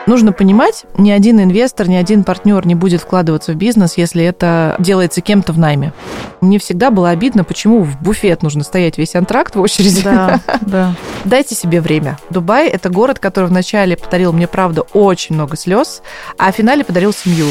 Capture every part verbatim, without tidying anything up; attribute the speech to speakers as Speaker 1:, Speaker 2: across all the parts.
Speaker 1: Нужно понимать, ни один инвестор, ни один партнер не будет вкладываться в бизнес, если это делается кем-то в найме. Мне всегда было обидно, почему в буфет нужно стоять весь антракт в очереди.
Speaker 2: Да, да.
Speaker 1: Дайте себе время. Дубай – это город, который вначале подарил мне, правда, очень много слез, а в финале подарил семью.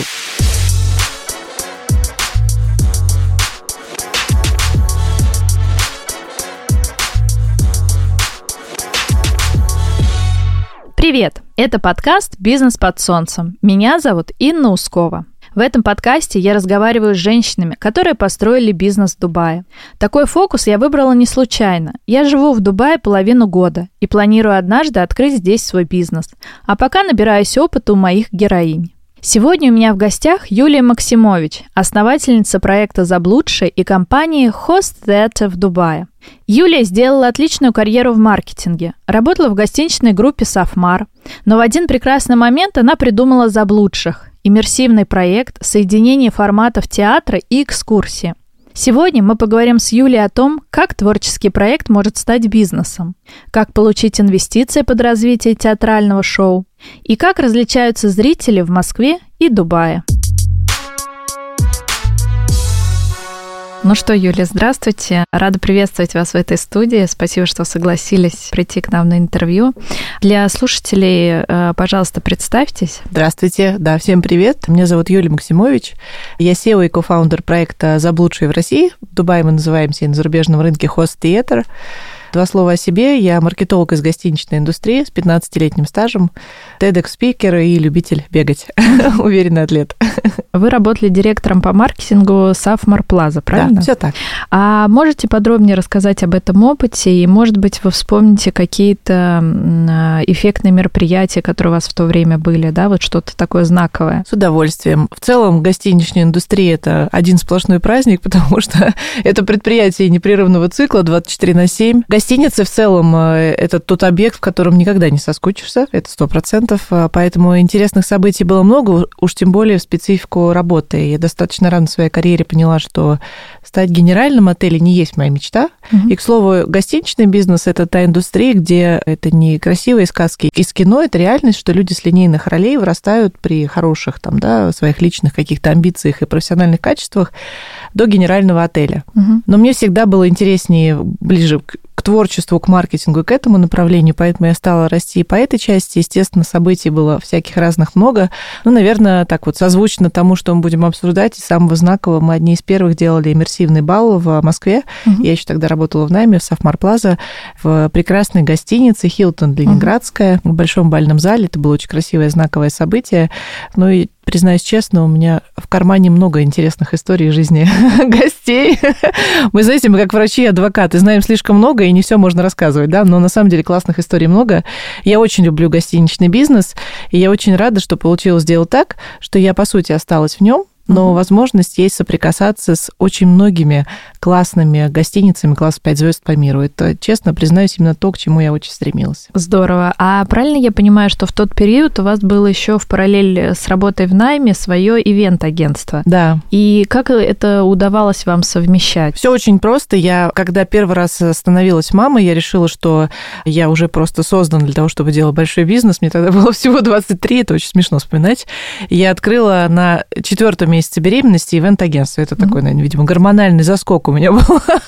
Speaker 2: Привет! Это подкаст «Бизнес под солнцем». Меня зовут Инна Ускова. В этом подкасте я разговариваю с женщинами, которые построили бизнес в Дубае. Такой фокус я выбрала не случайно. Я живу в Дубае половину года и планирую однажды открыть здесь свой бизнес. А пока набираюсь опыта у моих героинь. Сегодня у меня в гостях Юлия Максимович, основательница проекта «Заблудшие» и компании Host Theatre в Дубае. Юлия сделала отличную карьеру в маркетинге, работала в гостиничной группе «Сафмар», но в один прекрасный момент она придумала «Заблудших» – иммерсивный проект соединения форматов театра и экскурсии. Сегодня мы поговорим с Юлией о том, как творческий проект может стать бизнесом, как получить инвестиции под развитие театрального шоу и как различаются зрители в Москве и Дубае. Ну что, Юлия, здравствуйте. Рада приветствовать вас в этой студии. Спасибо, что согласились прийти к нам на интервью. Для слушателей, пожалуйста, представьтесь.
Speaker 1: Здравствуйте. Да, всем привет. Меня зовут Юлия Максимович. Я си и о и кофаундер проекта «Заблудшие» в России. В Дубае мы называемся и на зарубежном рынке Host Theatre. Два слова о себе. Я маркетолог из гостиничной индустрии с пятнадцатилетним стажем, TEDx-спикер и любитель бегать. Уверенный атлет.
Speaker 2: Вы работали директором по маркетингу Сафмар Плаза, правильно?
Speaker 1: Да, все так.
Speaker 2: А можете подробнее рассказать об этом опыте? И, может быть, вы вспомните какие-то эффектные мероприятия, которые у вас в то время были, да? Вот что-то такое знаковое.
Speaker 1: С удовольствием. В целом, гостиничная индустрия – это один сплошной праздник, потому что это предприятие непрерывного цикла двадцать четыре на семь. Гостиницы в целом – это тот объект, в котором никогда не соскучишься, это сто процентов, поэтому интересных событий было много, уж тем более в специфику работы. Я достаточно рано в своей карьере поняла, что стать генеральным отелем не есть моя мечта. Mm-hmm. И, к слову, гостиничный бизнес – это та индустрия, где это не красивые сказки из кино, это реальность, что люди с линейных ролей вырастают при хороших там, да, своих личных каких-то амбициях и профессиональных качествах до генерального отеля. Mm-hmm. Но мне всегда было интереснее, ближе к к творчеству, к маркетингу, к этому направлению, поэтому я стала расти и по этой части. Естественно, событий было всяких разных много. Ну, наверное, так вот созвучно тому, что мы будем обсуждать, из самого знакового мы одни из первых делали иммерсивный бал в Москве. Uh-huh. Я еще тогда работала в найме в Сафмар Плаза, в прекрасной гостинице Хилтон Ленинградская, uh-huh. в большом бальном зале. Это было очень красивое, знаковое событие. Ну и признаюсь честно, у меня в кармане много интересных историй жизни гостей. Мы, знаете, мы как врачи и адвокаты знаем слишком много, и не все можно рассказывать, да, но на самом деле классных историй много. Я очень люблю гостиничный бизнес, и я очень рада, что получилось сделать так, что я, по сути, осталась в нем, но mm-hmm. возможность есть соприкасаться с очень многими классными гостиницами класса пять звезд по миру. Это, честно признаюсь, именно то, к чему я очень стремилась.
Speaker 2: Здорово. А правильно я понимаю, что в тот период у вас было еще в параллель с работой в найме свое ивент-агентство?
Speaker 1: Да.
Speaker 2: И как это удавалось вам совмещать?
Speaker 1: Все очень просто. Я, когда первый раз становилась мамой, я решила, что я уже просто создана для того, чтобы делать большой бизнес. Мне тогда было всего двадцать три, это очень смешно вспоминать. Я открыла на четвертом месяце месяца беременности ивент-агентство. Это mm-hmm. такой, наверное, видимо, гормональный заскок у меня был.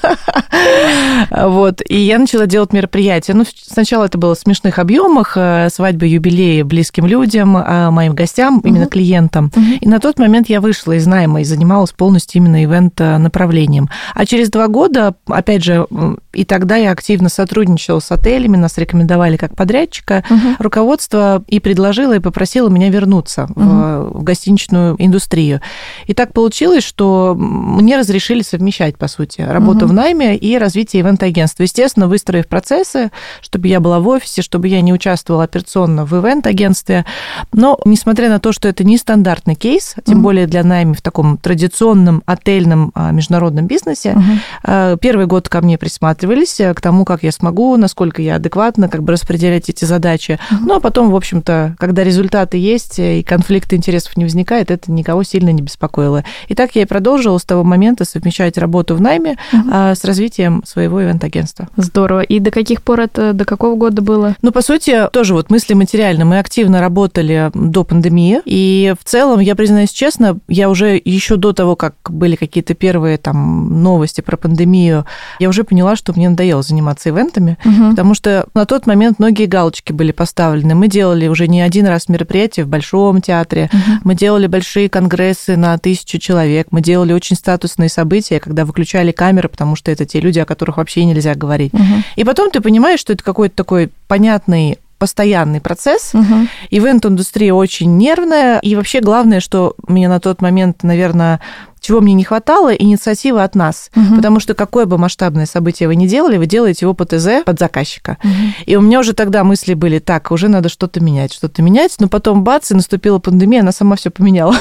Speaker 1: Вот. И я начала делать мероприятия. Ну, сначала это было в смешных объемах, свадьбы, юбилеи близким людям, моим гостям, mm-hmm. именно клиентам. Mm-hmm. И на тот момент я вышла из найма и занималась полностью именно ивент-направлением. А через два года, опять же, и тогда я активно сотрудничала с отелями, нас рекомендовали как подрядчика, mm-hmm. руководство и предложило, и попросило меня вернуться mm-hmm. в, в гостиничную индустрию. И так получилось, что мне разрешили совмещать, по сути, работу uh-huh. в найме и развитие ивент-агентства. Естественно, выстроив процессы, чтобы я была в офисе, чтобы я не участвовала операционно в ивент-агентстве. Но, несмотря на то, что это нестандартный кейс, тем uh-huh. более для найма в таком традиционном отельном международном бизнесе, uh-huh. первый год ко мне присматривались к тому, как я смогу, насколько я адекватно как бы распределять эти задачи. Uh-huh. Ну, а потом, в общем-то, когда результаты есть и конфликт интересов не возникает, это никого сильно не беспокоило. И так я и продолжила с того момента совмещать работу в найме угу. с развитием своего ивент-агентства.
Speaker 2: Здорово. И до каких пор это, до какого года было?
Speaker 1: Ну, по сути, тоже вот мысли материально. Мы активно работали до пандемии, и в целом, я признаюсь честно, я уже еще до того, как были какие-то первые там новости про пандемию, я уже поняла, что мне надоело заниматься ивентами, угу. потому что на тот момент многие галочки были поставлены. Мы делали уже не один раз мероприятия в Большом театре, угу. мы делали большие конгрессы на тысячу человек, мы делали очень статусные события, когда выключали камеры, потому что это те люди, о которых вообще нельзя говорить. Угу. И потом ты понимаешь, что это какой-то такой понятный постоянный процесс. Угу. Ивент-индустрия очень нервная. И вообще главное, что мне на тот момент, наверное, чего мне не хватало, инициатива от нас. Угу. Потому что какое бы масштабное событие вы ни делали, вы делаете его по ТЗ под заказчика. Угу. И у меня уже тогда мысли были, так, уже надо что-то менять, что-то менять. Но потом бац, и наступила пандемия, она сама все поменяла.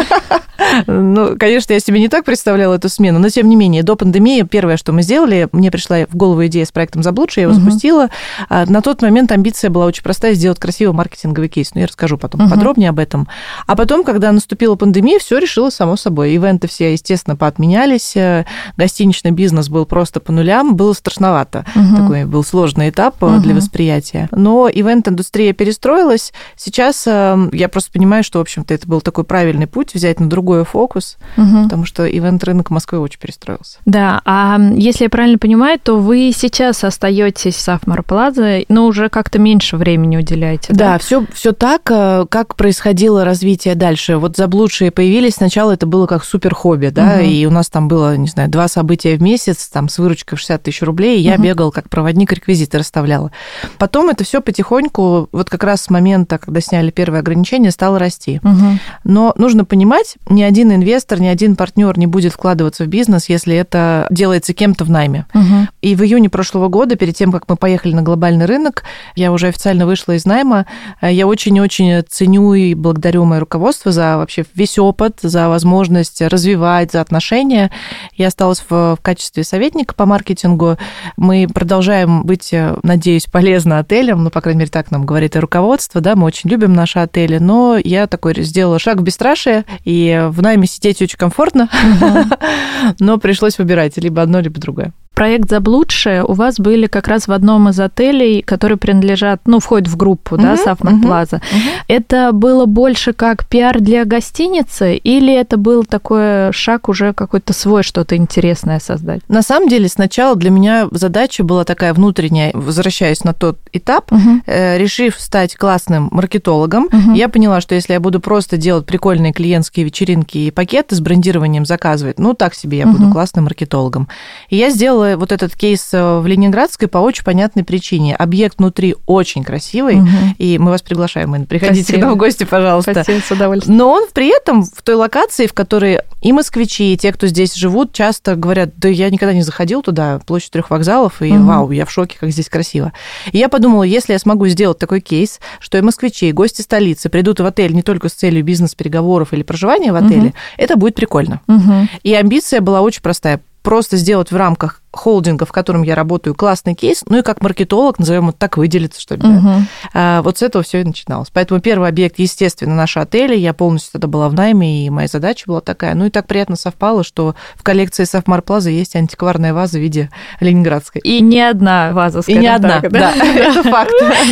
Speaker 1: Ну, конечно, я себе не так представляла эту смену, но тем не менее, до пандемии первое, что мы сделали, мне пришла в голову идея с проектом «Заблудшие», я его uh-huh. запустила. На тот момент амбиция была очень простая — сделать красивый маркетинговый кейс. Ну, я расскажу потом uh-huh. подробнее об этом. А потом, когда наступила пандемия, все решилось само собой. Ивенты все, естественно, поотменялись, гостиничный бизнес был просто по нулям, было страшновато. Uh-huh. Такой был сложный этап uh-huh. для восприятия. Но ивент-индустрия перестроилась. Сейчас я просто понимаю, что, в общем-то, это был такой правильный путь — взять на другой фокус, угу. потому что ивент-рынок Москвы очень перестроился.
Speaker 2: Да, а если я правильно понимаю, то вы сейчас остаетесь в Сафмар Плаза, но уже как-то меньше времени уделяете, да?
Speaker 1: Да, все, все так, как происходило развитие дальше. Вот «Заблудшие» появились, сначала это было как супер-хобби, да, угу. и у нас там было, не знаю, два события в месяц, там с выручкой в шестьдесят тысяч рублей, и я угу. бегал как проводник, реквизиты расставляла. Потом это все потихоньку, вот как раз с момента, когда сняли первые ограничения, стало расти. Угу. Но нужно понимать, ни один инвестор, ни один партнер не будет вкладываться в бизнес, если это делается кем-то в найме. Угу. И в июне прошлого года, перед тем, как мы поехали на глобальный рынок, я уже официально вышла из найма. Я очень-очень ценю и благодарю мое руководство за вообще весь опыт, за возможность развивать, за отношения. Я осталась в, в качестве советника по маркетингу. Мы продолжаем быть, надеюсь, полезны отелям, ну, по крайней мере, так нам говорит и руководство, да, мы очень любим наши отели, но я такой сделала шаг в бесстрашие, и в найме сидеть очень комфортно, uh-huh. но пришлось выбирать либо одно, либо другое.
Speaker 2: Проект «Заблудшие» у вас были как раз в одном из отелей, которые принадлежат, ну, входят в группу, uh-huh. да, Сафмар Плаза. Uh-huh. Это было больше как пиар для гостиницы, или это был такой шаг уже какой-то свой, что-то интересное создать?
Speaker 1: На самом деле, сначала для меня задача была такая внутренняя, возвращаясь на тот этап, uh-huh. э, решив стать классным маркетологом, uh-huh. я поняла, что если я буду просто делать прикольные клиентские вечеринки и пакеты с брендированием заказывать, ну, так себе я uh-huh. буду классным маркетологом. И я сделала вот этот кейс в Ленинградской по очень понятной причине. Объект внутри очень красивый, угу. и мы вас приглашаем, Инна, приходите Спасибо. К нам в гости, пожалуйста.
Speaker 2: Спасибо, с удовольствием.
Speaker 1: Но он при этом в той локации, в которой и москвичи, и те, кто здесь живут, часто говорят, да я никогда не заходил туда, площадь трех вокзалов, и угу. вау, я в шоке, как здесь красиво. И я подумала, если я смогу сделать такой кейс, что и москвичи, и гости столицы придут в отель не только с целью бизнес-переговоров или проживания в отеле, угу. это будет прикольно. Угу. И амбиция была очень простая. Просто сделать в рамках холдинга, в котором я работаю, классный кейс, ну и как маркетолог, назовем это так, выделиться, что ли. Uh-huh. Да? А, вот с этого все и начиналось. Поэтому первый объект, естественно, наши отели. Я полностью тогда была в найме, и моя задача была такая. Ну и так приятно совпало, что в коллекции Сафмар Плаза есть антикварная ваза в виде ленинградской.
Speaker 2: И не одна ваза, скажем
Speaker 1: так. И не одна, да, это факт.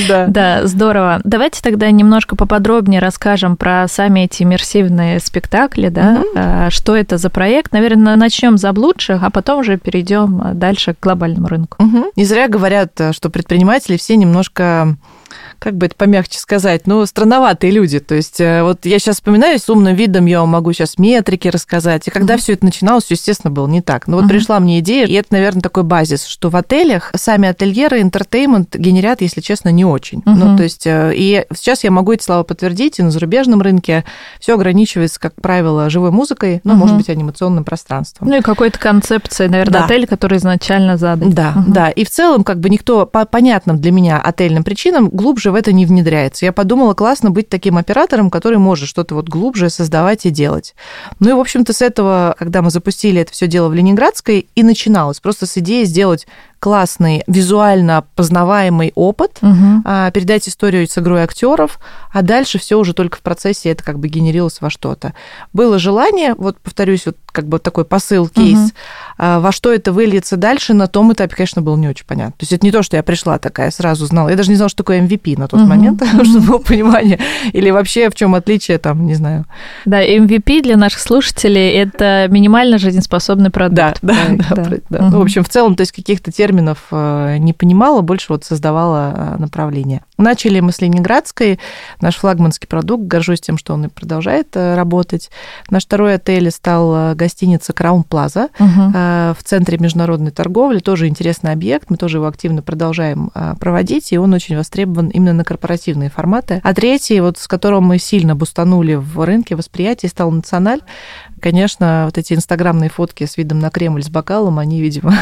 Speaker 2: Да, здорово. Давайте тогда немножко поподробнее расскажем про сами эти иммерсивные спектакли, да, что это за проект. Наверное, начнем с «Заблудших», а потом уже перейдем дальше к глобальному рынку.
Speaker 1: Угу. Не зря говорят, что предприниматели все немножко, как бы это помягче сказать, ну, странноватые люди. То есть вот я сейчас вспоминаю, с умным видом я вам могу сейчас метрики рассказать. И когда uh-huh. все это начиналось, все, естественно, было не так. Но вот uh-huh. пришла мне идея, и это, наверное, такой базис, что в отелях сами ательеры интертеймент генерят, если честно, не очень. Uh-huh. Ну, то есть и сейчас я могу эти слова подтвердить, и на зарубежном рынке все ограничивается, как правило, живой музыкой, ну, uh-huh. может быть, анимационным пространством.
Speaker 2: Ну, и какой-то концепцией, наверное, да. отель, который изначально задан.
Speaker 1: Да, uh-huh. да. И в целом, как бы никто по понятным для меня отельным причинам глубже в это не внедряется. Я подумала, классно быть таким оператором, который может что-то вот глубже создавать и делать. Ну и, в общем-то, с этого, когда мы запустили это все дело в Ленинградской, и начиналось просто с идеи сделать классный, визуально познаваемый опыт, угу. передать историю с игрой актеров, а дальше все уже только в процессе это как бы генерилось во что-то. Было желание, вот повторюсь, вот как бы такой посыл, кейс, угу. во что это выльется дальше, на том этапе, конечно, было не очень понятно. То есть это не то, что я пришла такая, сразу знала. Я даже не знала, что такое эм ви пи на тот угу. момент, угу. чтобы было понимание. Или вообще в чем отличие, там, не знаю.
Speaker 2: Да, эм ви пи для наших слушателей – это минимально жизнеспособный продукт.
Speaker 1: Да, да, да. да, да. Угу. Ну, в общем, в целом, то есть каких-то терминов не понимала, больше вот создавала направление. Начали мы с Ленинградской, наш флагманский продукт, горжусь тем, что он и продолжает работать. Наш второй отель стал гостиница Краун Плаза угу. в центре международной торговли, тоже интересный объект, мы тоже его активно продолжаем проводить, и он очень востребован именно на корпоративные форматы. А третий, вот с которым мы сильно бустанули в рынке восприятия, стал Националь. Конечно, вот эти инстаграмные фотки с видом на Кремль с бокалом, они, видимо,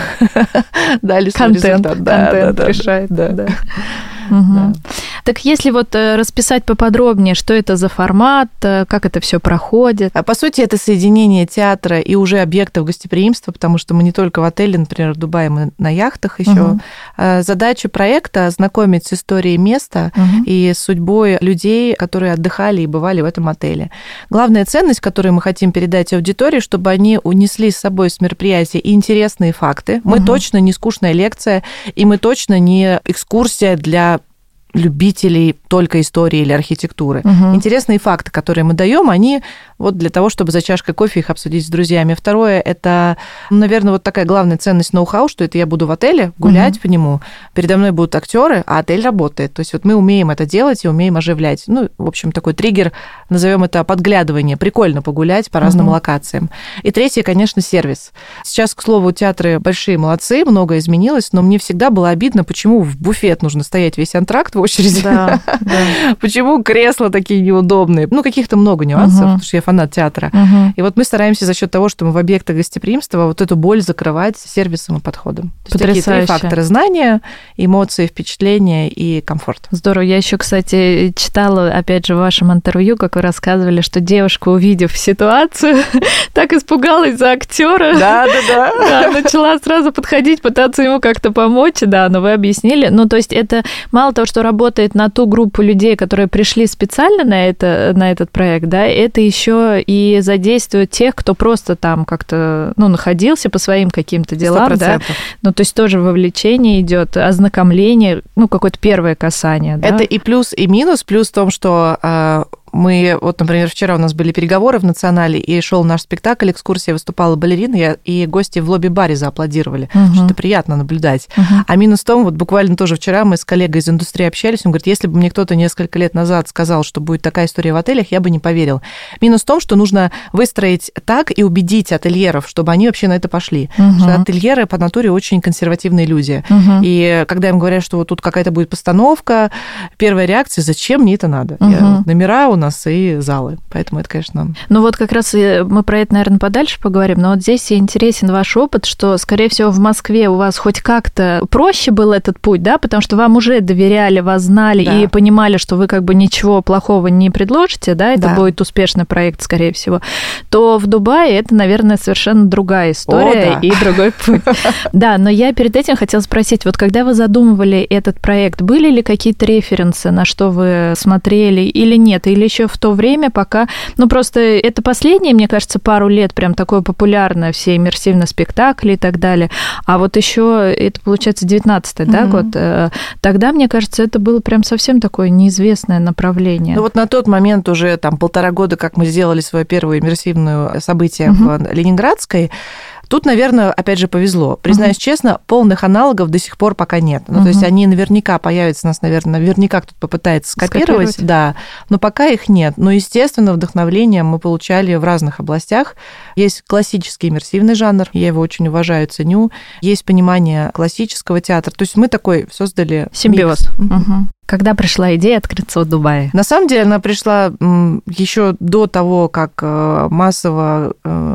Speaker 1: дали свой результат.
Speaker 2: Контент решает, да. Угу. Да. Так если вот расписать поподробнее, что это за формат, как это все проходит?
Speaker 1: А по сути, это соединение театра и уже объектов гостеприимства, потому что мы не только в отеле, например, в Дубае, мы на яхтах еще. Угу. Задача проекта – ознакомить с историей места угу. и с судьбой людей, которые отдыхали и бывали в этом отеле. Главная ценность, которую мы хотим передать аудитории, чтобы они унесли с собой с мероприятия и интересные факты. Мы угу. точно не скучная лекция, и мы точно не экскурсия для любителей только истории или архитектуры. Угу. Интересные факты, которые мы даем, они вот для того, чтобы за чашкой кофе их обсудить с друзьями. Второе, это, наверное, вот такая главная ценность ноу-хау, что это я буду в отеле гулять угу. по нему, передо мной будут актеры, а отель работает. То есть вот мы умеем это делать и умеем оживлять. Ну, в общем, такой триггер, назовем это подглядывание. Прикольно погулять по разным угу. локациям. И третье, конечно, сервис. Сейчас, к слову, театры большие молодцы, многое изменилось, но мне всегда было обидно, почему в буфет нужно стоять весь антракт в очереди. Да, да. Почему кресла такие неудобные? Ну, каких-то много нюансов, угу. потому что я фанат театра. Угу. И вот мы стараемся за счет того, что мы в объектах гостеприимства, вот эту боль закрывать сервисом и подходом. То есть такие три фактора: знания, эмоции, впечатления и комфорт.
Speaker 2: Здорово. Я еще, кстати, читала, опять же, в вашем интервью, как вы рассказывали, что девушка, увидев ситуацию, так испугалась за актера.
Speaker 1: Да, да,
Speaker 2: да. Начала сразу подходить, пытаться ему как-то помочь. Да, но вы объяснили. Ну, то есть это мало того, что работает на ту группу людей, которые пришли специально на, это, на этот проект, да, это еще и задействует тех, кто просто там как-то, ну, находился по своим каким-то делам, сто процентов. Да, ну, то есть тоже вовлечение идет, ознакомление, ну, какое-то первое касание, да.
Speaker 1: Это и плюс, и минус, плюс в том, что мы, вот, например, вчера у нас были переговоры в Национале, и шел наш спектакль, экскурсия, выступала балерина, и гости в лобби-баре зааплодировали, угу. что это приятно наблюдать. Угу. А минус в том, вот буквально тоже вчера мы с коллегой из индустрии общались, он говорит, если бы мне кто-то несколько лет назад сказал, что будет такая история в отелях, я бы не поверил. Минус в том, что нужно выстроить так и убедить ательеров, чтобы они вообще на это пошли. Угу. Потому что ательеры по натуре очень консервативные люди. Угу. И когда им говорят, что вот тут какая-то будет постановка, первая реакция, зачем мне это надо? Угу. Я, номера у нас и залы. Поэтому это, конечно...
Speaker 2: Ну вот как раз мы про это, наверное, подальше поговорим, но вот здесь интересен ваш опыт, что, скорее всего, в Москве у вас хоть как-то проще был этот путь, да, потому что вам уже доверяли, вас знали да. и понимали, что вы как бы ничего плохого не предложите, да, это да. будет успешный проект, скорее всего, то в Дубае это, наверное, совершенно другая история. О, да. И другой путь. Да, но я перед этим хотела спросить, вот когда вы задумывали этот проект, были ли какие-то референсы, на что вы смотрели или нет, или еще в то время, пока... Ну, просто это последние, мне кажется, пару лет прям такое популярное, все иммерсивные спектакли и так далее. А вот еще это, получается, девятнадцатый, mm-hmm. да, год. Тогда, мне кажется, это было прям совсем такое неизвестное направление.
Speaker 1: Ну, вот на тот момент уже там полтора года, как мы сделали свое первое иммерсивное событие mm-hmm. в Ленинградской, тут, наверное, опять же, повезло. Признаюсь uh-huh. честно, полных аналогов до сих пор пока нет. Ну, uh-huh. то есть они наверняка появятся, нас, наверное, наверняка кто-то попытается скопировать, скопировать, да, но пока их нет. Но, естественно, вдохновление мы получали в разных областях. Есть классический иммерсивный жанр, я его очень уважаю, ценю. Есть понимание классического театра. То есть мы такой создали...
Speaker 2: Симбиоз. Uh-huh. Когда пришла идея открыться в Дубае?
Speaker 1: На самом деле она пришла еще до того, как массово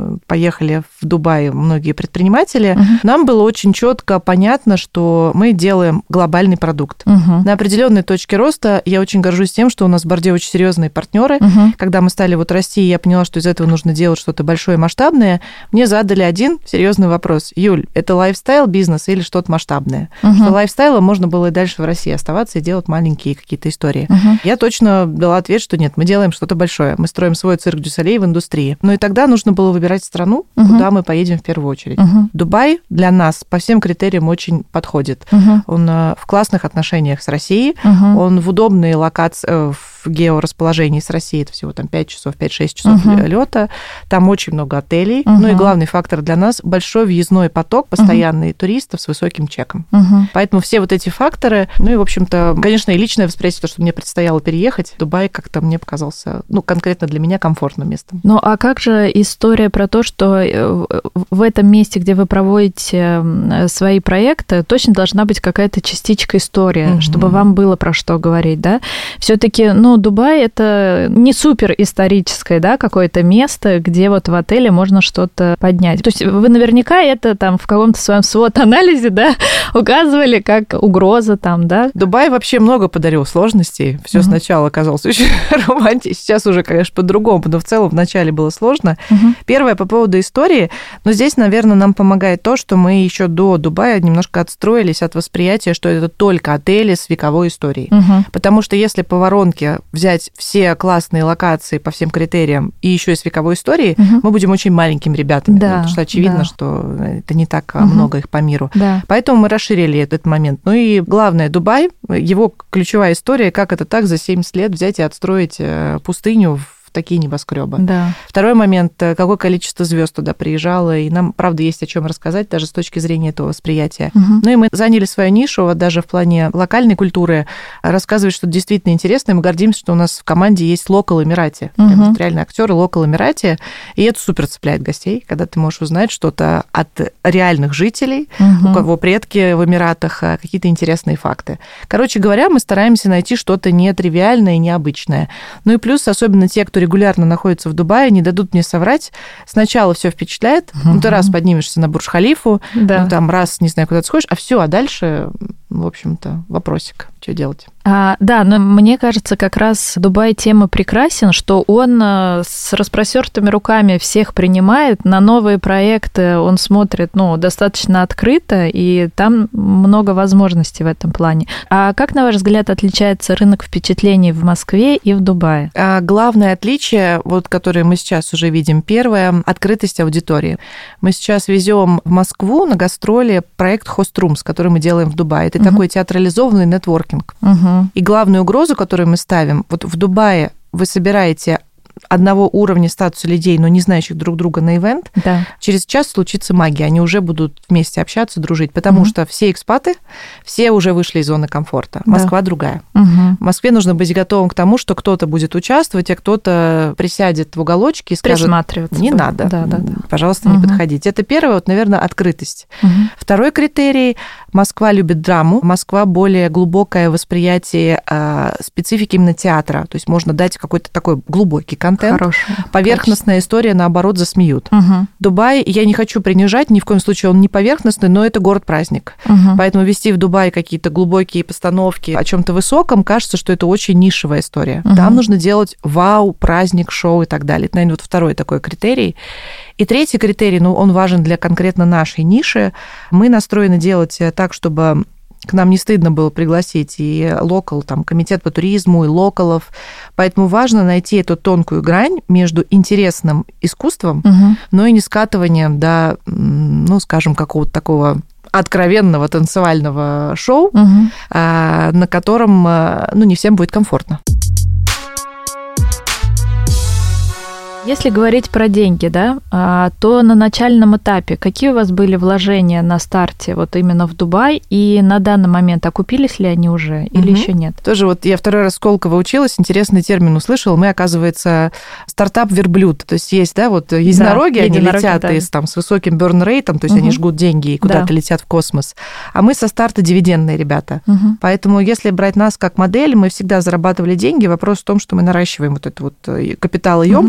Speaker 1: поехали в Дубай многие предприниматели,
Speaker 2: угу.
Speaker 1: нам было очень четко понятно, что мы делаем глобальный продукт.
Speaker 2: Угу.
Speaker 1: На определенной точке роста я очень горжусь тем, что у нас в Борде очень серьезные партнеры.
Speaker 2: Угу.
Speaker 1: Когда мы стали вот расти, я поняла, что из этого нужно делать что-то большое и масштабное, мне задали один серьезный вопрос. Юль, это лайфстайл бизнес или что-то масштабное?
Speaker 2: Угу.
Speaker 1: Что лайфстайлом можно было и дальше в России оставаться и делать маленькие какие-то истории.
Speaker 2: Угу.
Speaker 1: Я точно дала ответ, что нет, мы делаим что-то большое. Мы строим свой цирк дю Солей в индустрии. Но и тогда нужно было выбирать страну, угу. куда мы поедем в первую очередь.
Speaker 2: Угу.
Speaker 1: Дубай для нас по всем критериям очень подходит.
Speaker 2: Угу.
Speaker 1: Он в классных отношениях с Россией,
Speaker 2: угу.
Speaker 1: он в удобной локации, в георасположении с Россией, это всего там пять часов, пять-шесть часов uh-huh. лета. Там очень много отелей. Uh-huh. Ну и главный фактор для нас – большой въездной поток, постоянный uh-huh. туристов с высоким чеком. Uh-huh. Поэтому все вот эти факторы, ну и, в общем-то, конечно, и личное восприятие, то, что мне предстояло переехать, Дубай как-то мне показался, ну, конкретно для меня комфортным местом.
Speaker 2: Ну, а как же история про то, что в этом месте, где вы проводите свои проекты, точно должна быть какая-то частичка истории, uh-huh. чтобы вам было про что говорить, да? Все-таки, ну, Дубай – это не супер историческое, да, какое-то место, где вот в отеле можно что-то поднять. То есть вы наверняка это там в каком-то своем свод-анализе, да, указывали как угроза там, да?
Speaker 1: Дубай вообще много подарил сложностей. Все uh-huh. сначала оказалось очень романтично, сейчас уже, конечно, по-другому, но в целом вначале было сложно. Uh-huh. Первое по поводу истории, но здесь, наверное, нам помогает то, что мы еще до Дубая немножко отстроились от восприятия, что это только отели с вековой историей. Uh-huh. Потому что если по воронке взять все классные локации по всем критериям и еще и с вековой историей, угу. мы будем очень маленькими ребятами, да, потому что очевидно, да. что это не так угу. много их по миру. Да. Поэтому мы расширили этот момент. Ну и главное, Дубай, его ключевая история, как это так за семьдесят лет взять и отстроить пустыню в такие небоскребы.
Speaker 2: Да.
Speaker 1: Второй момент, какое количество звезд туда приезжало, и нам, правда, есть о чем рассказать, даже с точки зрения этого восприятия. Угу. Ну и мы заняли свою нишу, вот даже в плане локальной культуры, рассказывать что-то действительно интересное. Мы гордимся, что у нас в команде есть локал Эмирати, угу. прям реальные актеры локал Эмирати, и это супер цепляет гостей, когда ты можешь узнать что-то от реальных жителей, угу. у кого предки в Эмиратах, какие-то интересные факты. Короче говоря, мы стараемся найти что-то нетривиальное и необычное. Ну и плюс, особенно те, кто регулярно находится в Дубае, не дадут мне соврать. Сначала все впечатляет, uh-huh. ну ты раз поднимешься на Бурдж-Халифу, да. ну там раз, не знаю, куда ты сходишь, а все, а дальше, в общем-то, вопросик, что делать.
Speaker 2: А, да, но мне кажется, как раз Дубай тема прекрасен, что он с распростертыми руками всех принимает, на новые проекты он смотрит, ну, достаточно открыто, и там много возможностей в этом плане. А как, на ваш взгляд, отличается рынок впечатлений в Москве и в Дубае?
Speaker 1: А главное отличие, вот, которое мы сейчас уже видим, первое, открытость аудитории. Мы сейчас везем в Москву на гастроли проект Host Rooms, который мы делаем в Дубае. Это uh-huh. такой театрализованный нетворкинг. Uh-huh. И главную угрозу, которую мы ставим, вот в Дубае вы собираете одного уровня статуса людей, но не знающих друг друга на ивент, да. через час случится магия. Они уже будут вместе общаться, дружить, потому угу. что все экспаты, все уже вышли из зоны комфорта. Москва да. другая. Угу. В Москве нужно быть готовым к тому, что кто-то будет участвовать, а кто-то присядет в уголочке и скажет, не надо, да, да, да. пожалуйста, угу. не подходите. Это первое, вот, наверное, открытость. Угу. Второй критерий – Москва любит драму, Москва более глубокое восприятие э, специфики именно театра, то есть можно дать какой-то такой глубокий контент.
Speaker 2: Хороший,
Speaker 1: Поверхностная
Speaker 2: качество.
Speaker 1: История, наоборот, засмеют.
Speaker 2: Угу.
Speaker 1: Дубай, я не хочу принижать, ни в коем случае он не поверхностный, но это город-праздник. Угу. Поэтому вести в Дубае какие-то глубокие постановки о чем-то высоком, кажется, что это очень нишевая история. Угу. Там нужно делать вау, праздник, шоу и так далее. Это, наверное, вот второй такой критерий. И третий критерий, ну, он важен для конкретно нашей ниши. Мы настроены делать так, чтобы к нам не стыдно было пригласить и локал, там, комитет по туризму, и локалов. Поэтому важно найти эту тонкую грань между интересным искусством, угу. но и не скатыванием до, ну, скажем, какого-то такого откровенного танцевального шоу, угу. на котором, ну, не всем будет комфортно.
Speaker 2: Если говорить про деньги, да, то на начальном этапе какие у вас были вложения на старте вот именно в Дубай, и на данный момент окупились ли они уже или угу. еще нет?
Speaker 1: Тоже вот я второй раз в Сколково училась, интересный термин услышала. Мы, оказывается, стартап-верблюд. То есть есть, да, вот единороги, да, они единороги, летят да. из, там, с высоким burn-рейтом, то есть угу. они жгут деньги и куда-то да. летят в космос. А мы со старта дивидендные ребята. Угу. Поэтому если брать нас как модель, мы всегда зарабатывали деньги. Вопрос в том, что мы наращиваем вот эту вот капиталоемкость угу. нашу.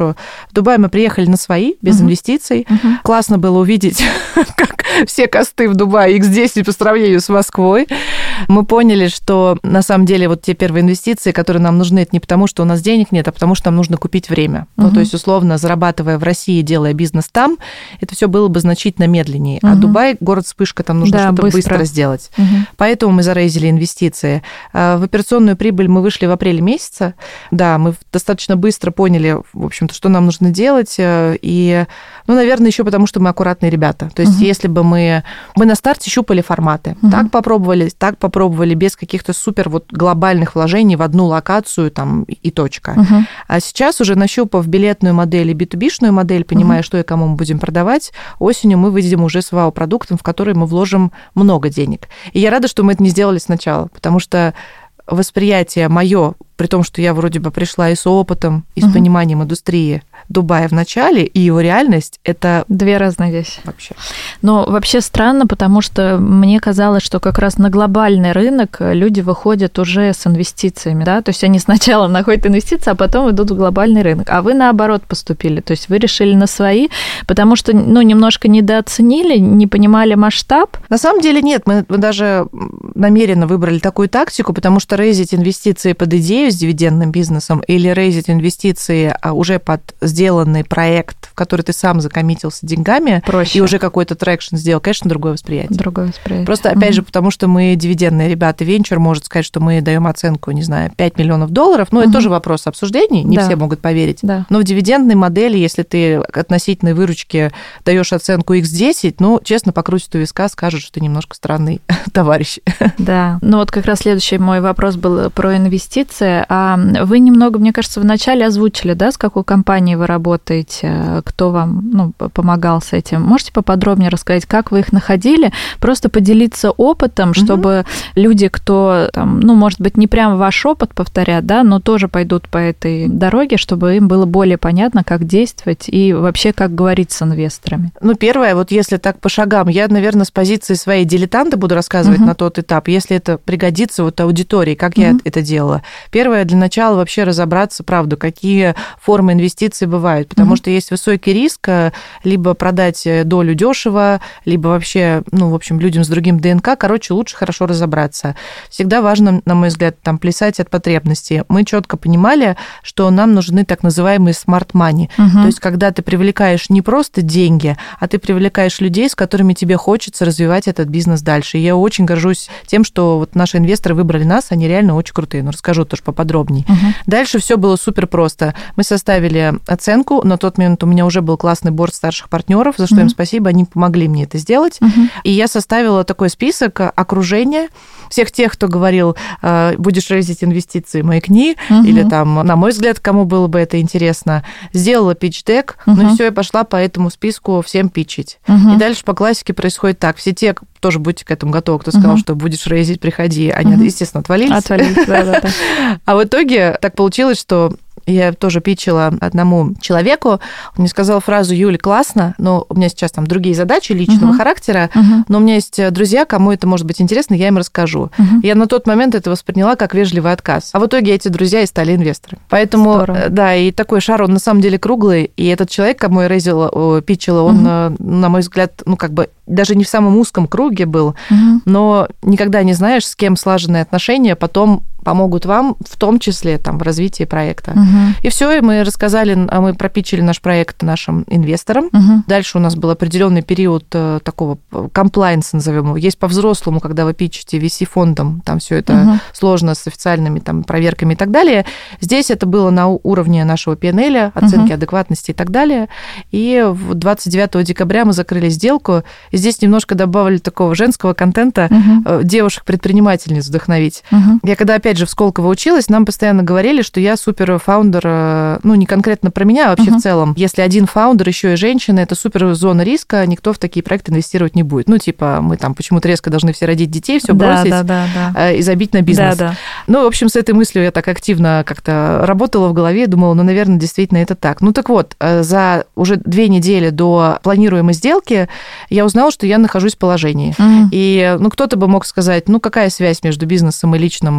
Speaker 1: хорошо. В Дубай мы приехали на свои, без угу. инвестиций. Угу. Классно было увидеть, как все косты в Дубае икс десять по сравнению с Москвой. Мы поняли, что на самом деле вот те первые инвестиции, которые нам нужны, это не потому, что у нас денег нет, а потому что нам нужно купить время. Угу. Ну, то есть, условно, зарабатывая в России, делая бизнес там, это все было бы значительно медленнее. Угу. А Дубай, город-вспышка, там нужно да, что-то быстро, быстро сделать. Угу. Поэтому мы зарейзили инвестиции. В операционную прибыль мы вышли в апреле месяца. Да, мы достаточно быстро поняли, в общем-то, что нам нужно делать. И, ну, наверное, еще потому, что мы аккуратные ребята. То есть, угу. если бы мы... Мы на старте щупали форматы. Угу. Так попробовали, так попробовали, без каких-то супер вот глобальных вложений в одну локацию там, и точка. Угу. А сейчас уже нащупав билетную модель и би ту би-шную модель, понимая, угу. что и кому мы будем продавать, осенью мы выйдем уже с вау-продуктом, в который мы вложим много денег. И я рада, что мы это не сделали сначала, потому что восприятие мое, при том, что я вроде бы пришла и с опытом, и с угу. пониманием индустрии Дубая в начале, и его реальность – это…
Speaker 2: Две разные вещи.
Speaker 1: Вообще.
Speaker 2: Но вообще странно, потому что мне казалось, что как раз на глобальный рынок люди выходят уже с инвестициями, да, то есть они сначала находят инвестиции, а потом идут в глобальный рынок. А вы наоборот поступили, то есть вы решили на свои, потому что, ну, немножко недооценили, не понимали масштаб.
Speaker 1: На самом деле нет, мы, мы даже намеренно выбрали такую тактику, потому что рейзить инвестиции под идею с дивидендным бизнесом или рейзить инвестиции уже под сделанный проект, в который ты сам закоммитился деньгами, проще. И уже какой-то трекшн сделал, конечно, другое восприятие.
Speaker 2: Другое восприятие.
Speaker 1: Просто, опять mm-hmm. же, потому что мы дивидендные ребята, венчур может сказать, что мы даем оценку, не знаю, пять миллионов долларов, ну, mm-hmm. это тоже вопрос обсуждений, не да. все могут поверить. Да. Но в дивидендной модели, если ты относительной выручки даешь оценку икс десять, ну, честно, покрутят у виска, скажут, что ты немножко странный товарищ.
Speaker 2: Да, ну вот как раз следующий мой вопрос был про инвестиции. А вы немного, мне кажется, вначале озвучили, да, с какой компанией вы работаете, кто вам, ну, помогал с этим. Можете поподробнее рассказать, как вы их находили? Просто поделиться опытом, чтобы mm-hmm. люди, кто, там, ну, может быть, не прям ваш опыт повторят, да, но тоже пойдут по этой дороге, чтобы им было более понятно, как действовать и вообще, как говорить с инвесторами.
Speaker 1: Ну, первое, вот если так по шагам, я, наверное, с позиции своей дилетанта буду рассказывать mm-hmm. на тот этап, если это пригодится вот аудитории, как mm-hmm. я это делала. Первое, для начала вообще разобраться, правда, какие формы инвестиций бывают, потому mm-hmm. что есть высокий риск либо продать долю дешево, либо вообще, ну, в общем, людям с другим ДНК, короче, лучше хорошо разобраться. Всегда важно, на мой взгляд, там, плясать от потребностей. Мы четко понимали, что нам нужны так называемые smart money, mm-hmm. то есть когда ты привлекаешь не просто деньги, а ты привлекаешь людей, с которыми тебе хочется развивать этот бизнес дальше. И я очень горжусь тем, что вот наши инвесторы выбрали нас, они реально очень крутые. Ну, расскажу тоже поподробнее. Uh-huh. Дальше все было супер просто. Мы составили оценку. На тот момент у меня уже был классный борд старших партнеров, за что uh-huh. им спасибо, они помогли мне это сделать. Uh-huh. И я составила такой список окружения всех тех, кто говорил, будешь рейзить инвестиции, маякни, uh-huh. или там, на мой взгляд, кому было бы это интересно. Сделала питч-дек, uh-huh. ну и все, я пошла по этому списку всем питчить. Uh-huh. И дальше по классике происходит так. Все те, тоже будьте к этому готовы, кто сказал, uh-huh. что будешь рейзить, приходи, они, uh-huh. естественно, отвалились.
Speaker 2: Отвалились, да-да-да.
Speaker 1: А в итоге так получилось, что я тоже питчила одному человеку, он мне сказал фразу: Юль, классно, но у меня сейчас там другие задачи личного uh-huh. характера, uh-huh. но у меня есть друзья, кому это может быть интересно, я им расскажу. Uh-huh. Я на тот момент это восприняла как вежливый отказ. А в итоге эти друзья и стали инвесторами. Поэтому, здорово. Да, и такой шар, он на самом деле круглый, и этот человек, кому я рейзила, питчила, он, uh-huh. на мой взгляд, ну, как бы даже не в самом узком круге был, uh-huh. но никогда не знаешь, с кем слаженные отношения потом помогут вам, в том числе там, в развитии проекта. Uh-huh. И все, и мы рассказали, мы пропитчили наш проект нашим инвесторам. Uh-huh. Дальше у нас был определенный период такого комплайнса, назовем его. Есть по-взрослому, когда вы питчите ви си-фондом, там все это uh-huh. сложно с официальными там, проверками и так далее. Здесь это было на уровне нашего пи эн эл, оценки uh-huh. адекватности и так далее. И двадцать девятого декабря мы закрыли сделку, и здесь немножко добавили такого женского контента, uh-huh. девушек-предпринимательниц вдохновить. Uh-huh. Я когда опять же в Сколково училась, нам постоянно говорили, что я супер фаундер, ну, не конкретно про меня, а вообще uh-huh. в целом. Если один фаундер, еще и женщина, это супер зона риска, никто в такие проекты инвестировать не будет. Ну, типа, мы там почему-то резко должны все родить детей, все
Speaker 2: да,
Speaker 1: бросить
Speaker 2: да, да, да.
Speaker 1: и забить на бизнес.
Speaker 2: Да, да.
Speaker 1: Ну, в общем, с этой мыслью я так активно как-то работала в голове, думала, ну, наверное, действительно это так. Ну, так вот, за уже две недели до планируемой сделки я узнала, что я нахожусь в положении. Uh-huh. И, ну, кто-то бы мог сказать, ну, какая связь между бизнесом и личным? А я посчитала,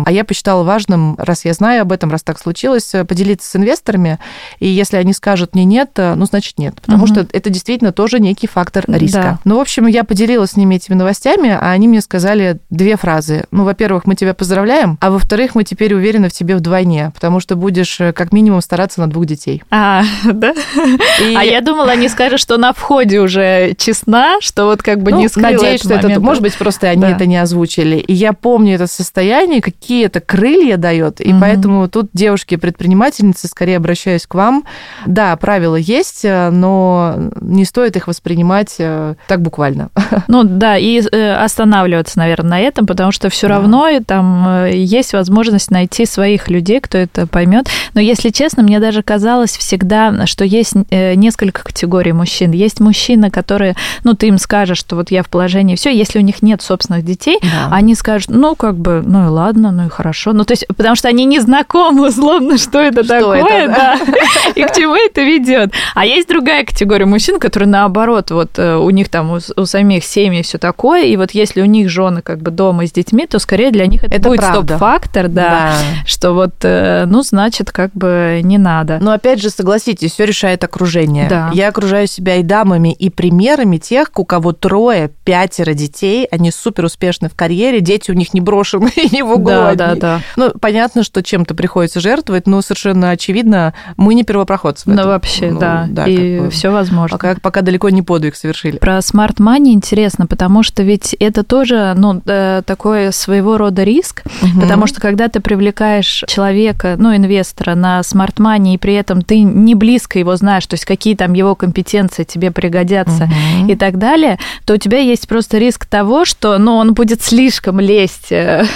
Speaker 1: посчитала важным, раз я знаю об этом, раз так случилось, поделиться с инвесторами, и если они скажут мне нет, ну, значит нет, потому угу. что это действительно тоже некий фактор риска. Да. Ну, в общем, я поделилась с ними этими новостями, а они мне сказали две фразы. Ну, во-первых, мы тебя поздравляем, а во-вторых, мы теперь уверены в тебе вдвойне, потому что будешь как минимум стараться на двух детей.
Speaker 2: А, да? И... А я думала, они скажут, что на входе уже честна, что вот как бы ну, не скрыла
Speaker 1: надеюсь, что
Speaker 2: момент.
Speaker 1: это, может быть, просто они да. это не озвучили. И я помню это состояние, какие это крылья дает, и угу. поэтому тут, девушки-предпринимательницы, скорее обращаюсь к вам. Да, правила есть, но не стоит их воспринимать так буквально.
Speaker 2: Ну да, и останавливаться, наверное, на этом, потому что все да. равно там есть возможность найти своих людей, кто это поймет. Но, если честно, мне даже казалось всегда, что есть несколько категорий мужчин. Есть мужчины, которые, ну, ты им скажешь, что вот я в положении, все, если у них нет собственных детей, да. они скажут, ну, как бы, ну и ладно, ну и хорошо. Ну, то есть, потому что они не знакомы, условно, что это что такое, это, да? Да, и к чему это ведет. А есть другая категория мужчин, которые, наоборот, вот у них там у, у самих семьи все такое, и вот если у них жены как бы дома с детьми, то скорее для них это, это будет правда. Стоп-фактор, да, да, что вот, ну, значит, как бы не надо.
Speaker 1: Но опять же, согласитесь, все решает окружение.
Speaker 2: Да.
Speaker 1: Я окружаю себя и дамами, и примерами тех, у кого трое, пятеро детей, они супер успешны в карьере, дети у них не брошены и не в углу.
Speaker 2: Да, да, да.
Speaker 1: Ну, понятно, что чем-то приходится жертвовать, но совершенно очевидно, мы не первопроходцы в этом.
Speaker 2: Ну, вообще, ну, да, да, и как бы, все возможно.
Speaker 1: Пока, пока далеко не подвиг совершили.
Speaker 2: Про smart money интересно, потому что ведь это тоже, ну, такой своего рода риск, угу. потому что когда ты привлекаешь человека, ну, инвестора на smart money, и при этом ты не близко его знаешь, то есть какие там его компетенции тебе пригодятся угу. и так далее, то у тебя есть просто риск того, что, ну, он будет слишком лезть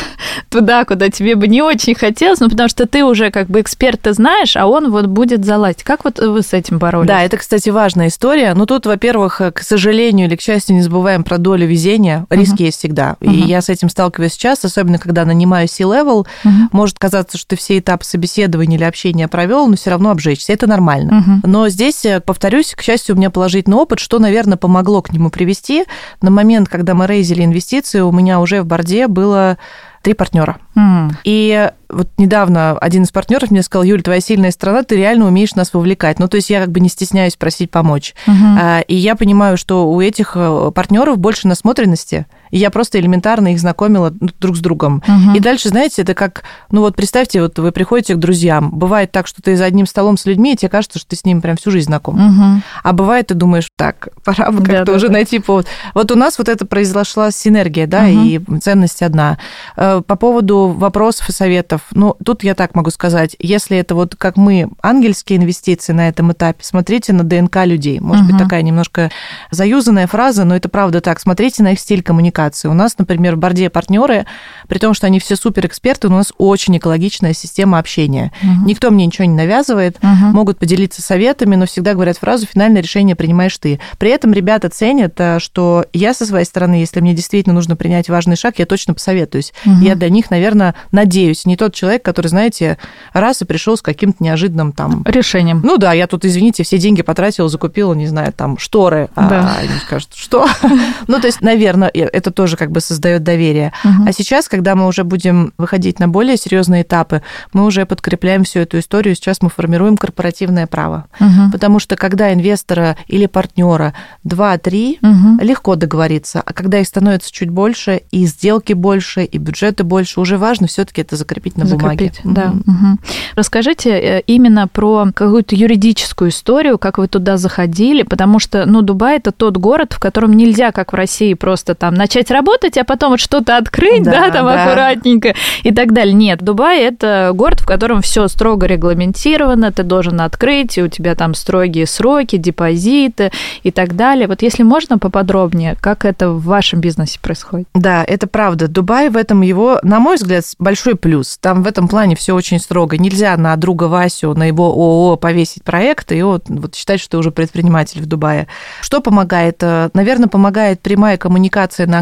Speaker 2: туда, куда тебе бы не очень хотелось, ну, потому что ты уже как бы эксперт, ты знаешь, а он вот будет залазить. Как вот вы с этим боролись?
Speaker 1: Да, это, кстати, важная история. Ну, тут, во-первых, к сожалению или к счастью, не забываем про долю везения. Риски uh-huh. есть всегда. Uh-huh. И я с этим сталкиваюсь сейчас, особенно когда нанимаю C-level. Uh-huh. Может казаться, что ты все этапы собеседования или общения провел, но все равно обжечься. Это нормально. Uh-huh. Но здесь, повторюсь, к счастью, у меня положительный опыт, что, наверное, помогло к нему привести. На момент, когда мы рейзили инвестиции, у меня уже в борде было три партнера. Mm. И вот недавно один из партнеров мне сказал: Юль, твоя сильная сторона, ты реально умеешь нас вовлекать. Ну, то есть я как бы не стесняюсь просить помочь. Uh-huh. И я понимаю, что у этих партнеров больше насмотренности, и я просто элементарно их знакомила друг с другом. Uh-huh. И дальше, знаете, это как, ну вот представьте, вот вы приходите к друзьям, бывает так, что ты за одним столом с людьми, и тебе кажется, что ты с ними прям всю жизнь знаком. Uh-huh. А бывает, ты думаешь, так, пора бы как-то да, уже да, найти повод. Вот у нас вот это произошла синергия, да, uh-huh. и ценность одна. По поводу вопросов и советов, ну, тут я так могу сказать, если это вот как мы, ангельские инвестиции на этом этапе, смотрите на ДНК людей. Может uh-huh. быть, такая немножко заюзанная фраза, но это правда так. Смотрите на их стиль коммуникации. У нас, например, в борде партнеры, при том, что они все суперэксперты, у нас очень экологичная система общения. Uh-huh. Никто мне ничего не навязывает, uh-huh. могут поделиться советами, но всегда говорят фразу: финальное решение принимаешь ты. При этом ребята ценят, что я со своей стороны, если мне действительно нужно принять важный шаг, я точно посоветуюсь. Uh-huh. Я для них, наверное, надеюсь, не тот человек, который, знаете, раз и пришел с каким-то неожиданным там...
Speaker 2: решением.
Speaker 1: Ну да, я тут, извините, все деньги потратила, закупила, не знаю, там, шторы. Да. А они скажут, что? Ну, то есть, наверное, это тоже как бы создает доверие. Угу. А сейчас, когда мы уже будем выходить на более серьезные этапы, мы уже подкрепляем всю эту историю. Сейчас мы формируем корпоративное право. Угу. Потому что когда инвестора или партнера два-три, угу. легко договориться. А когда их становится чуть больше, и сделки больше, и бюджеты больше, уже важно все-таки это закрепить на
Speaker 2: закрепить,
Speaker 1: бумаге.
Speaker 2: Да. Угу. Расскажите именно про какую-то юридическую историю, как вы туда заходили, потому что, ну, Дубай – это тот город, в котором нельзя, как в России, просто там начать работать, а потом вот что-то открыть, да, да там да. аккуратненько и так далее. Нет, Дубай – это город, в котором все строго регламентировано, ты должен открыть, и у тебя там строгие сроки, депозиты и так далее. Вот если можно поподробнее, как это в вашем бизнесе происходит?
Speaker 1: Да, это правда. Дубай в этом его, на мой взгляд, большой плюс. Там в этом плане все очень строго. Нельзя на друга Васю, на его ООО повесить проект и вот, вот считать, что ты уже предприниматель в Дубае. Что помогает? Наверное, помогает прямая коммуникация на английском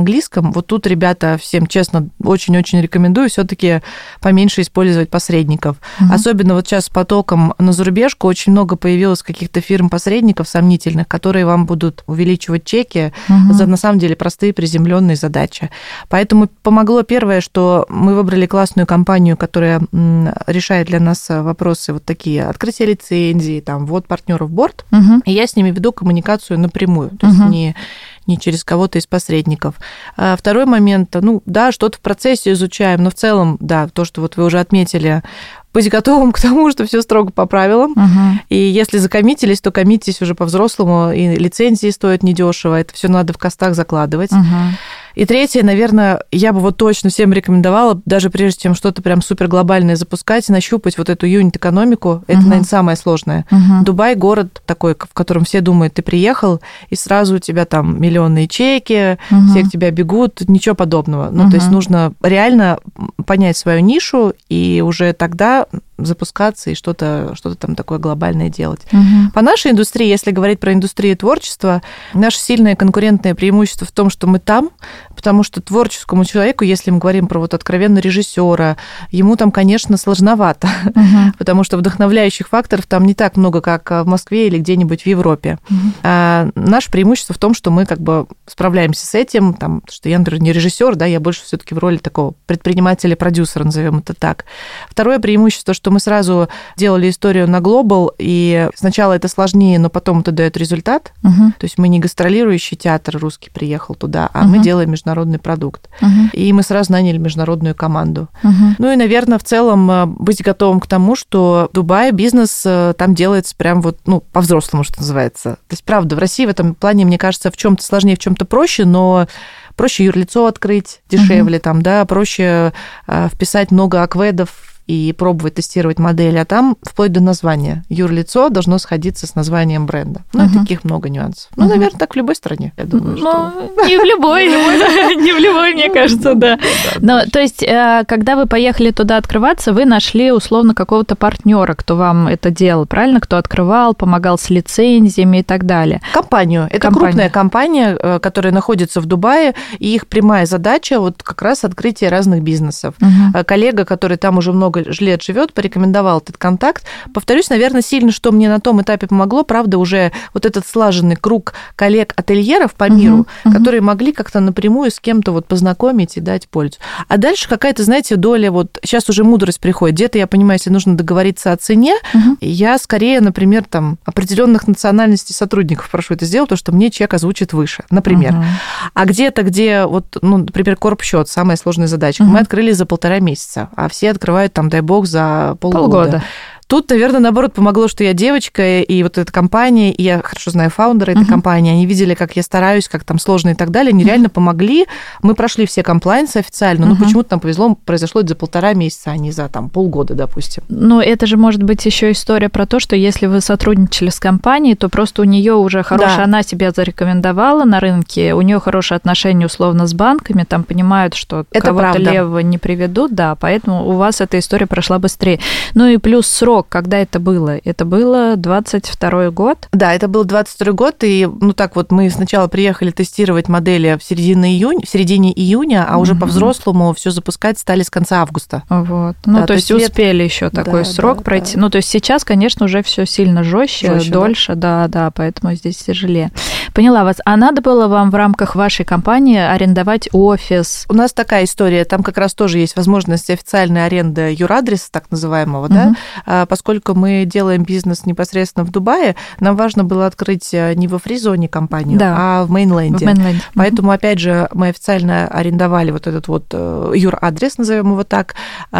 Speaker 1: английском. Вот тут, ребята, всем честно, очень-очень рекомендую все-таки поменьше использовать посредников. Uh-huh. Особенно вот сейчас с потоком на зарубежку очень много появилось каких-то фирм-посредников сомнительных, которые вам будут увеличивать чеки uh-huh. за, на самом деле, простые приземленные задачи. Поэтому помогло первое, что мы выбрали классную компанию, которая решает для нас вопросы вот такие: открытие лицензии, там, ввод партнеров в борт, uh-huh. и я с ними веду коммуникацию напрямую, то есть uh-huh. не, не через кого-то из посредников. А второй момент, ну да, что-то в процессе изучаем, но в целом, да, то, что вот вы уже отметили, быть готовым к тому, что все строго по правилам. Uh-huh. И если закоммитились, то коммититесь уже по-взрослому, и лицензии стоят недешево, это все надо в костах закладывать. Uh-huh. И третье, наверное, я бы вот точно всем рекомендовала, даже прежде чем что-то прям супер глобальное запускать, нащупать вот эту юнит-экономику. Это, uh-huh. наверное, самое сложное. Uh-huh. Дубай — город такой, в котором все думают, ты приехал, и сразу у тебя там миллионные чеки, uh-huh. все к тебе бегут, ничего подобного. Ну, uh-huh. то есть нужно реально понять свою нишу, и уже тогда запускаться и что-то, что-то там такое глобальное делать. Угу. По нашей индустрии, если говорить про индустрию творчества, наше сильное конкурентное преимущество в том, что мы там, потому что творческому человеку, если мы говорим про вот откровенно режиссера, ему там, конечно, сложновато, угу. потому что вдохновляющих факторов там не так много, как в Москве или где-нибудь в Европе. Угу. А наше преимущество в том, что мы как бы справляемся с этим, там, что я, например, не режиссер, да, я больше все-таки в роли такого предпринимателя-продюсера, назовем это так. Второе преимущество, что мы сразу делали историю на глобал, и сначала это сложнее, но потом это дает результат. Uh-huh. То есть мы не гастролирующий театр русский приехал туда, а uh-huh. мы делаем международный продукт. Uh-huh. И мы сразу наняли международную команду. Uh-huh. Ну и, наверное, в целом быть готовым к тому, что в Дубае бизнес там делается прям вот, ну, по-взрослому, что называется. То есть, правда, в России в этом плане, мне кажется, в чем-то сложнее, в чем-то проще, но проще юрлицо открыть дешевле, uh-huh. там, да, проще вписать много акведов и пробовать тестировать модели, а там вплоть до названия. Юрлицо должно сходиться с названием бренда. Ну, uh-huh. и таких много нюансов. Ну, uh-huh. наверное, так в любой стране, я думаю, что...
Speaker 2: Ну, не в любой, не в любой, мне кажется, да. Но, то есть, когда вы поехали туда открываться, вы нашли, условно, какого-то партнера, кто вам это делал, правильно? Кто открывал, помогал с лицензиями и так далее.
Speaker 1: Компанию. Это крупная компания, которая находится в Дубае, и их прямая задача вот как раз открытие разных бизнесов. Коллега, который там уже много лет живет, порекомендовал этот контакт. Повторюсь, наверное, сильно, что мне на том этапе помогло, правда, уже вот этот слаженный круг коллег-ательеров по миру, uh-huh, uh-huh. которые могли как-то напрямую с кем-то вот познакомить и дать пользу. А дальше какая-то, знаете, доля, вот сейчас уже мудрость приходит. Где-то, я понимаю, если нужно договориться о цене, uh-huh. я скорее, например, там, определенных национальностей сотрудников прошу это сделать, потому что мне чек озвучит выше, например. Uh-huh. А где-то, где, вот, ну, например, корпсчет, самая сложная задача, uh-huh. мы открыли за полтора месяца, а все открывают там, дай бог, за полгода. полгода. Тут, наверное, наоборот, помогло, что я девочка, и вот эта компания, и я хорошо знаю фаундера этой uh-huh. компании, они видели, как я стараюсь, как там сложно и так далее, они uh-huh. реально помогли. Мы прошли все комплайнсы официально, uh-huh. но почему-то нам повезло, произошло это за полтора месяца, а не за там полгода, допустим.
Speaker 2: Но это же может быть еще история про то, что если вы сотрудничали с компанией, то просто у нее уже хорошая, да. она себя зарекомендовала на рынке, у нее хорошие отношения условно с банками, там понимают, что это кого-то правда. Левого не приведут, да, поэтому у вас эта история прошла быстрее. Ну и плюс срок. Когда это было? Это было двадцать второй год?
Speaker 1: Да, это был двадцать второй год, и ну так вот мы сначала приехали тестировать модели в середине июня, в середине июня, а уже угу. по-взрослому все запускать стали с конца августа.
Speaker 2: Вот. Ну, да, то, то есть лет... успели еще такой да, срок да, пройти. Да. Ну, то есть сейчас, конечно, уже все сильно жестче, жестче дольше, да? да, да, поэтому здесь тяжелее. Поняла вас. А надо было вам в рамках вашей компании арендовать офис?
Speaker 1: У нас такая история, там как раз тоже есть возможность официальной аренды юрадреса, так называемого, угу. да, поскольку мы делаем бизнес непосредственно в Дубае, нам важно было открыть не во фри-зоне компанию, да. а в мейнленде. В мейнленде. Поэтому, опять же, мы официально арендовали вот этот вот юр-адрес, назовем его так,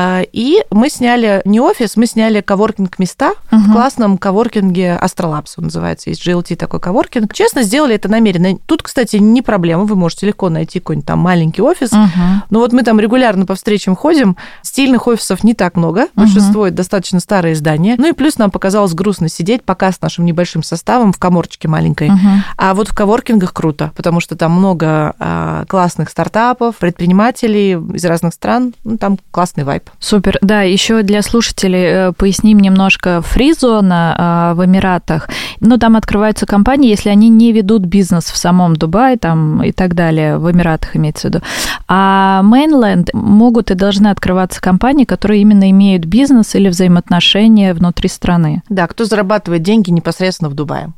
Speaker 1: и мы сняли не офис, мы сняли коворкинг-места угу. в классном коворкинге Astrolabs, он называется, есть джи эл ти такой коворкинг. Честно, сделали это намеренно. Тут, кстати, не проблема, вы можете легко найти какой-нибудь там маленький офис, угу. но вот мы там регулярно по встречам ходим, стильных офисов не так много, большинство угу. это достаточно старые здания. Ну и плюс нам показалось грустно сидеть пока с нашим небольшим составом в каморочке маленькой. Uh-huh. А вот в коворкингах круто, потому что там много а, классных стартапов, предпринимателей из разных стран. Ну, там классный вайб.
Speaker 2: Супер. Да, еще для слушателей поясним немножко фри-зона а, в Эмиратах. Ну, там открываются компании, если они не ведут бизнес в самом Дубае там, и так далее, в Эмиратах имеется в виду. А Mainland могут и должны открываться компании, которые именно имеют бизнес или взаимоотношения внутри страны.
Speaker 1: Да, кто зарабатывает деньги непосредственно в Дубае.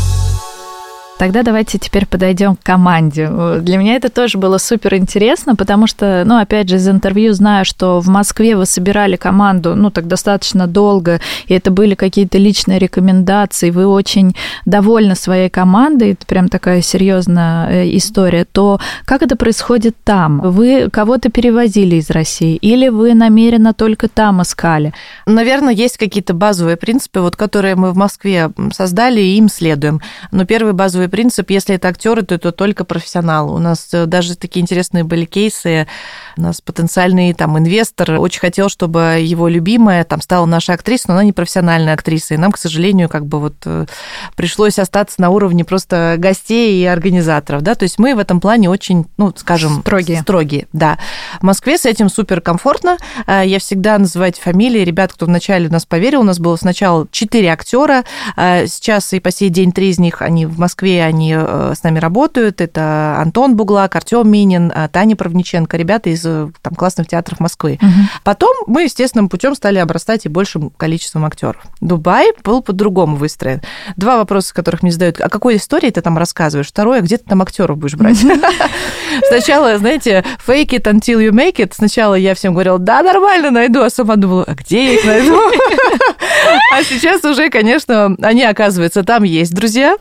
Speaker 2: Тогда давайте теперь подойдем к команде. Для меня это тоже было супер интересно, потому что, ну, опять же, из интервью знаю, что в Москве вы собирали команду, ну, так достаточно долго, и это были какие-то личные рекомендации, вы очень довольны своей командой, это прям такая серьезная история, то как это происходит там? Вы кого-то перевозили из России или вы намеренно только там искали?
Speaker 1: Наверное, есть какие-то базовые принципы, вот, которые мы в Москве создали, и им следуем. Но первый базовый принцип, если это актеры, то это только профессионалы. У нас даже такие интересные были кейсы. У нас потенциальный там инвестор очень хотел, чтобы его любимая там стала наша актриса, но она не профессиональная актриса. И нам, к сожалению, как бы вот пришлось остаться на уровне просто гостей и организаторов. Да? То есть мы в этом плане очень, ну, скажем,
Speaker 2: строгие.
Speaker 1: строгие, да. В Москве с этим суперкомфортно. Я всегда называю эти фамилии ребят, кто вначале у нас поверил. У нас было сначала четыре актера, сейчас и по сей день три из них, они в Москве, они с нами работают. Это Антон Буглак, Артём Минин, Таня Правниченко, ребята из там, классных театров Москвы. Угу. Потом мы естественным путем стали обрастать и большим количеством актеров. Дубай был по-другому выстроен. Два вопроса, которых мне задают: о какой истории ты там рассказываешь? Второе: где ты там актеров будешь брать? Сначала, знаете, fake it until you make it. Сначала я всем говорила: да, нормально, найду, а сама думала: а где я их найду? А сейчас уже, конечно, они, оказывается, там есть друзья,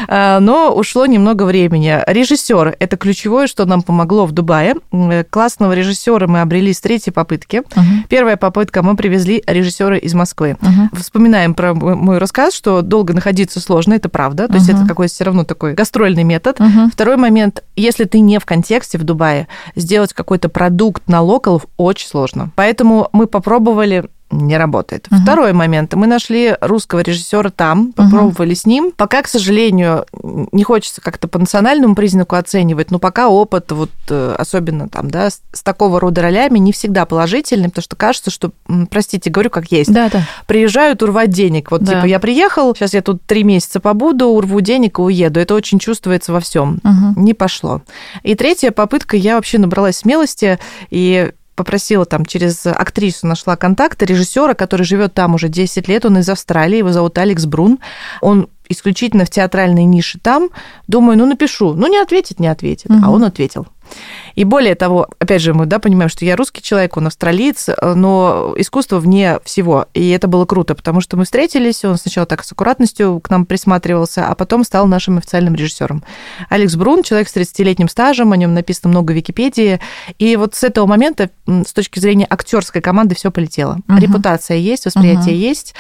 Speaker 1: но ушло немного времени. Режиссер – это ключевое, что нам помогло в Дубае. Классного режиссера мы обрели с третьей попытки. Uh-huh. Первая попытка, мы привезли режиссера из Москвы. Uh-huh. Вспоминаем про мой рассказ, что долго находиться сложно, это правда. То uh-huh. есть это какой-то все равно такой гастрольный метод. Uh-huh. Второй момент, если ты не в контексте в Дубае, сделать какой-то продукт на локалов очень сложно. Поэтому мы попробовали... не работает. Uh-huh. Второй момент. Мы нашли русского режиссера там, попробовали uh-huh. с ним. Пока, к сожалению, не хочется как-то по национальному признаку оценивать, но пока опыт, вот особенно там, да, с, с такого рода ролями не всегда положительный, потому что кажется, что, простите, говорю как есть,
Speaker 2: да, да.
Speaker 1: приезжают урвать денег. Вот да. типа я приехал, сейчас я тут три месяца побуду, урву денег и уеду. Это очень чувствуется во всем. Uh-huh. Не пошло. И третья попытка, я вообще набралась смелости и попросила там через актрису, нашла контакты режиссера, который живет там уже десять лет, он из Австралии, его зовут Алекс Брун, он исключительно в театральной нише там. Думаю, ну напишу, ну не ответит, не ответит, угу. а он ответил. И более того, опять же, мы да, понимаем, что я русский человек, он австралиец, но искусство вне всего. И это было круто, потому что мы встретились, он сначала так с аккуратностью к нам присматривался, а потом стал нашим официальным режиссером. Алекс Брун, человек с тридцатилетним стажем, о нем написано много в Википедии. И вот с этого момента, с точки зрения актерской команды, все полетело. Uh-huh. Репутация есть, восприятие uh-huh. есть.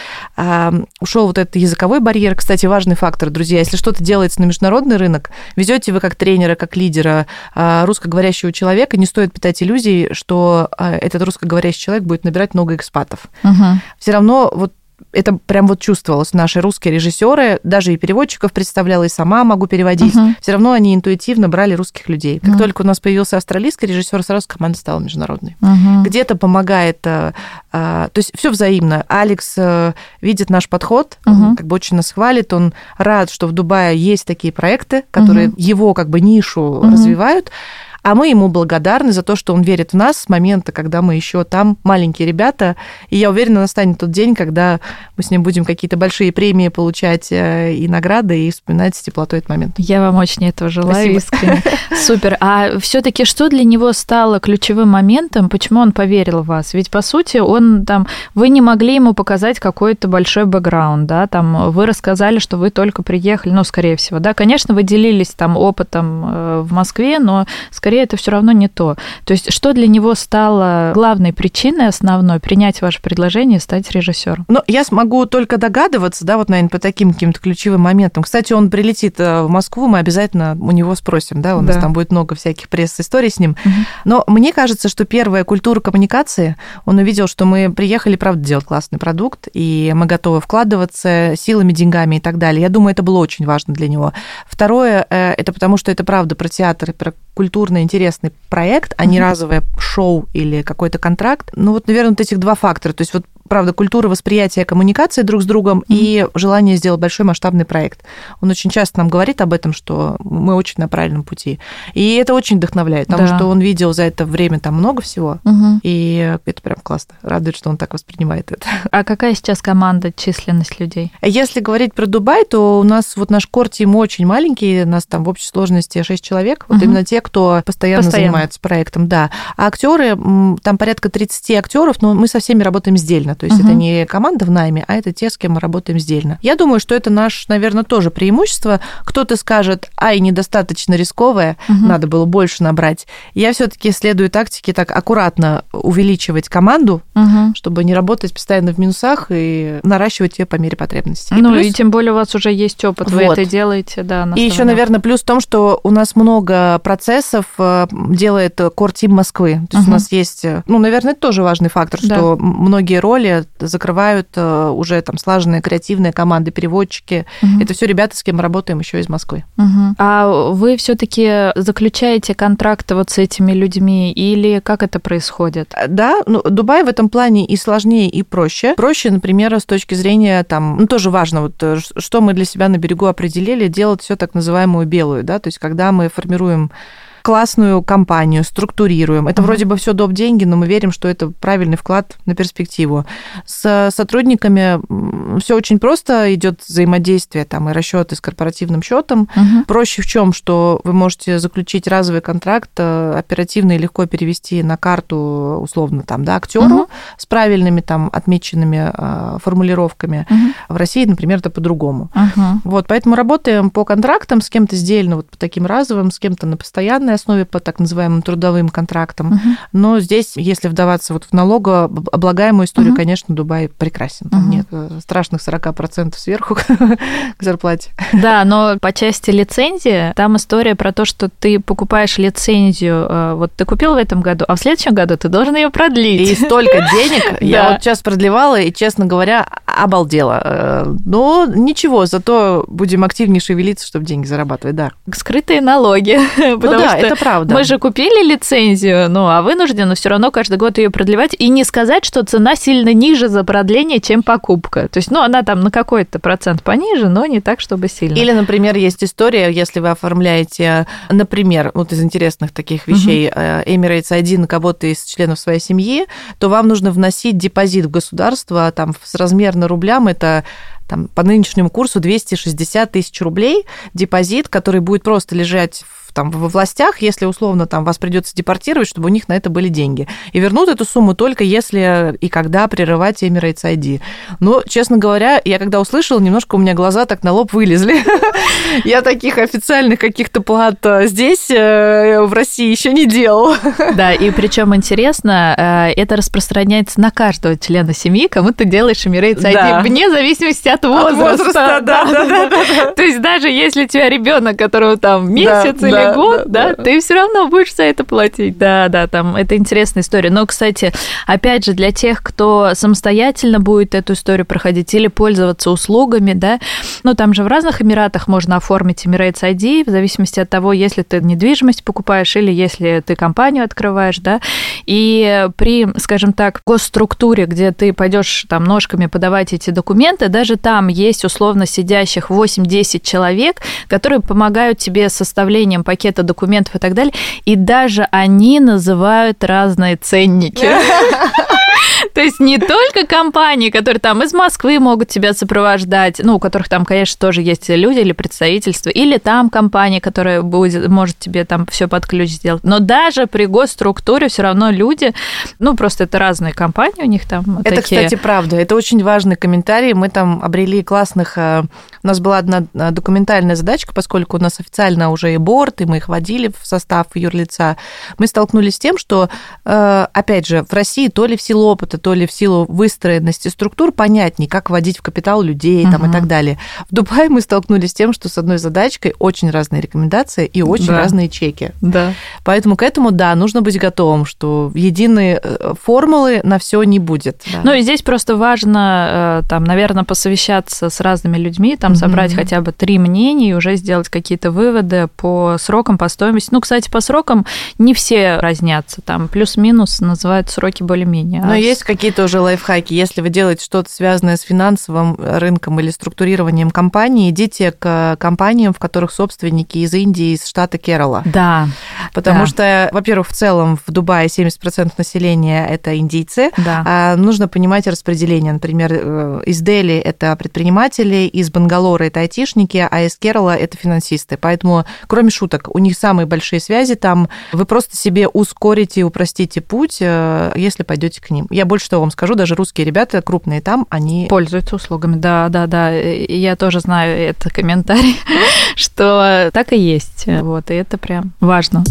Speaker 1: Ушел вот этот языковой барьер. Кстати, важный фактор, друзья. Если что-то делается на международный рынок, везете вы как тренера, как лидера русскоговорящего человека, не стоит питать иллюзий, что этот русскоговорящий человек будет набирать много экспатов. Uh-huh. Все равно вот это прям вот чувствовалось. Наши русские режиссеры, даже и переводчиков представляла, и сама могу переводить. Uh-huh. Все равно они интуитивно брали русских людей. Как uh-huh. только у нас появился австралийский режиссер, сразу команда стала международной. Uh-huh. Где-то помогает, то есть все взаимно. Алекс видит наш подход, uh-huh. как бы очень нас хвалит, он рад, что в Дубае есть такие проекты, которые uh-huh. его как бы нишу uh-huh. развивают. А мы ему благодарны за то, что он верит в нас с момента, когда мы еще там маленькие ребята. И я уверена, настанет тот день, когда мы с ним будем какие-то большие премии получать и награды, и вспоминать с теплотой этот момент.
Speaker 2: Я вам очень этого желаю, искренне. Супер. А все-таки что для него стало ключевым моментом, почему он поверил в вас? Ведь, по сути, он там... Вы не могли ему показать какой-то большой бэкграунд, да? Там вы рассказали, что вы только приехали, ну, скорее всего, да? Конечно, вы делились там опытом в Москве, но, скорее Скорее, это все равно не то. То есть, что для него стало главной причиной основной принять ваше предложение и стать режиссером?
Speaker 1: Ну, я смогу только догадываться, да, вот, наверное, по таким каким-то ключевым моментам. Кстати, он прилетит в Москву, мы обязательно у него спросим, да, у нас да. там будет много всяких пресс-историй с ним. Угу. Но мне кажется, что первая культура коммуникации, он увидел, что мы приехали, правда, делать классный продукт, и мы готовы вкладываться силами, деньгами и так далее. Я думаю, это было очень важно для него. Второе, это потому, что это правда про театр и про культурный интересный проект, а не разовое шоу или какой-то контракт. Ну вот, наверное, вот этих два фактора. То есть вот правда, культура восприятия коммуникации друг с другом mm-hmm. и желание сделать большой масштабный проект. Он очень часто нам говорит об этом, что мы очень на правильном пути. И это очень вдохновляет, потому да. что он видел за это время там много всего, mm-hmm. и это прям классно. Радует, что он так воспринимает это.
Speaker 2: А какая сейчас команда, численность людей?
Speaker 1: Если говорить про Дубай, то у нас вот наш кор-тим очень маленький, у нас там в общей сложности шесть человек, вот mm-hmm. именно те, кто постоянно, постоянно занимается проектом, да. А актеры, там порядка тридцать актеров, но мы со всеми работаем сдельно, то есть uh-huh. это не команда в найме, а это те, с кем мы работаем сдельно. Я думаю, что это наш, наверное, тоже преимущество. Кто-то скажет, ай, недостаточно рисковое, uh-huh. надо было больше набрать. Я все-таки следую тактике так аккуратно увеличивать команду, uh-huh. чтобы не работать постоянно в минусах и наращивать ее по мере потребностей.
Speaker 2: Ну и, плюс... и тем более у вас уже есть опыт, вы вот. это делаете, да.
Speaker 1: И еще, наверное, плюс в том, что у нас много процессов делает кор-тим Москвы. То есть uh-huh. у нас есть, ну, наверное, это тоже важный фактор, да. что многие роли закрывают уже там слаженные креативные команды, переводчики. Uh-huh. Это все ребята, с кем мы работаем еще из Москвы.
Speaker 2: Uh-huh. А вы все-таки заключаете контракты вот с этими людьми или как это происходит?
Speaker 1: Да, ну, Дубай в этом плане и сложнее, и проще. Проще, например, с точки зрения там, ну, тоже важно, вот что мы для себя на берегу определили, делать все так называемую белую, да, то есть когда мы формируем классную компанию, структурируем. Это uh-huh. вроде бы все доп. Деньги, но мы верим, что это правильный вклад на перспективу. С сотрудниками все очень просто, идет взаимодействие там, и расчеты с корпоративным счетом. Uh-huh. Проще в чем, что вы можете заключить разовый контракт, оперативно и легко перевести на карту, условно, там, да, актеру uh-huh. с правильными там, отмеченными формулировками. Uh-huh. В России, например, это по-другому. Uh-huh. Вот, поэтому работаем по контрактам, с кем-то сдельно, вот по таким разовым, с кем-то на постоянной основе по так называемым трудовым контрактам. Uh-huh. Но здесь, если вдаваться вот в налогооблагаемую историю, uh-huh. конечно, Дубай прекрасен. Там uh-huh. нет страшных сорок процентов сверху к зарплате.
Speaker 2: Да, но по части лицензии, там история про то, что ты покупаешь лицензию, вот ты купил в этом году, а в следующем году ты должен ее продлить.
Speaker 1: И столько денег. Я вот сейчас продлевала, и, честно говоря, обалдела. Но ничего, зато будем активнее шевелиться, чтобы деньги зарабатывать, да.
Speaker 2: Скрытые налоги. Потому
Speaker 1: да, это правда.
Speaker 2: Мы же купили лицензию, ну, а вынуждены все равно каждый год ее продлевать. И не сказать, что цена сильно ниже за продление, чем покупка. То есть, ну, она там на какой-то процент пониже, но не так, чтобы сильно.
Speaker 1: Или, например, есть история, если вы оформляете, например, вот из интересных таких вещей, uh-huh. Emirates ай ди на кого-то из членов своей семьи, то вам нужно вносить депозит в государство, там, с размерно рублям, это... Там, по нынешнему курсу двести шестьдесят тысяч рублей депозит, который будет просто лежать в, там, во властях, если условно там, вас придется депортировать, чтобы у них на это были деньги. И вернут эту сумму только если и когда прерывать Emirates ай ди. Но, честно говоря, я когда услышала, немножко у меня глаза так на лоб вылезли. Я таких официальных каких-то плат здесь, в России, еще не делала.
Speaker 2: Да, и причем интересно, это распространяется на каждого члена семьи, кому ты делаешь Emirates ай ди, вне зависимости от возраста. От возраста, да, да, да, да. То есть даже если у тебя ребенок, которого там месяц да, или да, год, да, да, да, ты все равно будешь за это платить. Да, да, там это интересная история. Но, кстати, опять же, для тех, кто самостоятельно будет эту историю проходить или пользоваться услугами, да, ну там же в разных Эмиратах можно оформить Emirates ай ди в зависимости от того, если ты недвижимость покупаешь или если ты компанию открываешь, да. И при, скажем так, госструктуре, где ты пойдешь там ножками подавать эти документы, даже там есть условно сидящих восемь-десять человек, которые помогают тебе с составлением пакета документов и так далее, и даже они называют разные ценники. То есть не только компании, которые там из Москвы могут тебя сопровождать, ну, у которых там, конечно, тоже есть люди или представительства, или там компания, которая будет, может тебе там все под ключ сделать. Но даже при госструктуре все равно люди, ну, просто это разные компании у них там.
Speaker 1: Это,
Speaker 2: такие...
Speaker 1: кстати, правда. Это очень важный комментарий. Мы там обрели классных... У нас была одна документальная задачка, поскольку у нас официально уже и борд, и мы их вводили в состав юрлица. Мы столкнулись с тем, что, опять же, в России то ли в силу опыта, то ли в силу выстроенности структур понятнее, как вводить в капитал людей там, uh-huh. и так далее. В Дубае мы столкнулись с тем, что с одной задачкой очень разные рекомендации и очень да. разные чеки.
Speaker 2: Да.
Speaker 1: Поэтому к этому, да, нужно быть готовым, что единые формулы на все не будет. Да.
Speaker 2: Ну и здесь просто важно, там, наверное, посовещаться с разными людьми, там, uh-huh. собрать хотя бы три мнения и уже сделать какие-то выводы по срокам, по стоимости. Ну, кстати, по срокам не все разнятся, там плюс-минус называют сроки более-менее.
Speaker 1: Но есть Какие тоже лайфхаки. Если вы делаете что-то связанное с финансовым рынком или структурированием компании, идите к компаниям, в которых собственники из Индии, из штата Керала.
Speaker 2: Да.
Speaker 1: Потому
Speaker 2: да.
Speaker 1: что, во-первых, в целом в Дубае семьдесят процентов населения – это индийцы.
Speaker 2: Да.
Speaker 1: А нужно понимать распределение. Например, из Дели – это предприниматели, из Бангалора – это айтишники, а из Керала – это финансисты. Поэтому, кроме шуток, у них самые большие связи там. Вы просто себе ускорите и упростите путь, если пойдете к ним. Я больше того вам скажу, даже русские ребята крупные там, они...
Speaker 2: Пользуются услугами, да, да, да. Я тоже знаю этот комментарий, что так и есть. Вот, и это прям важно.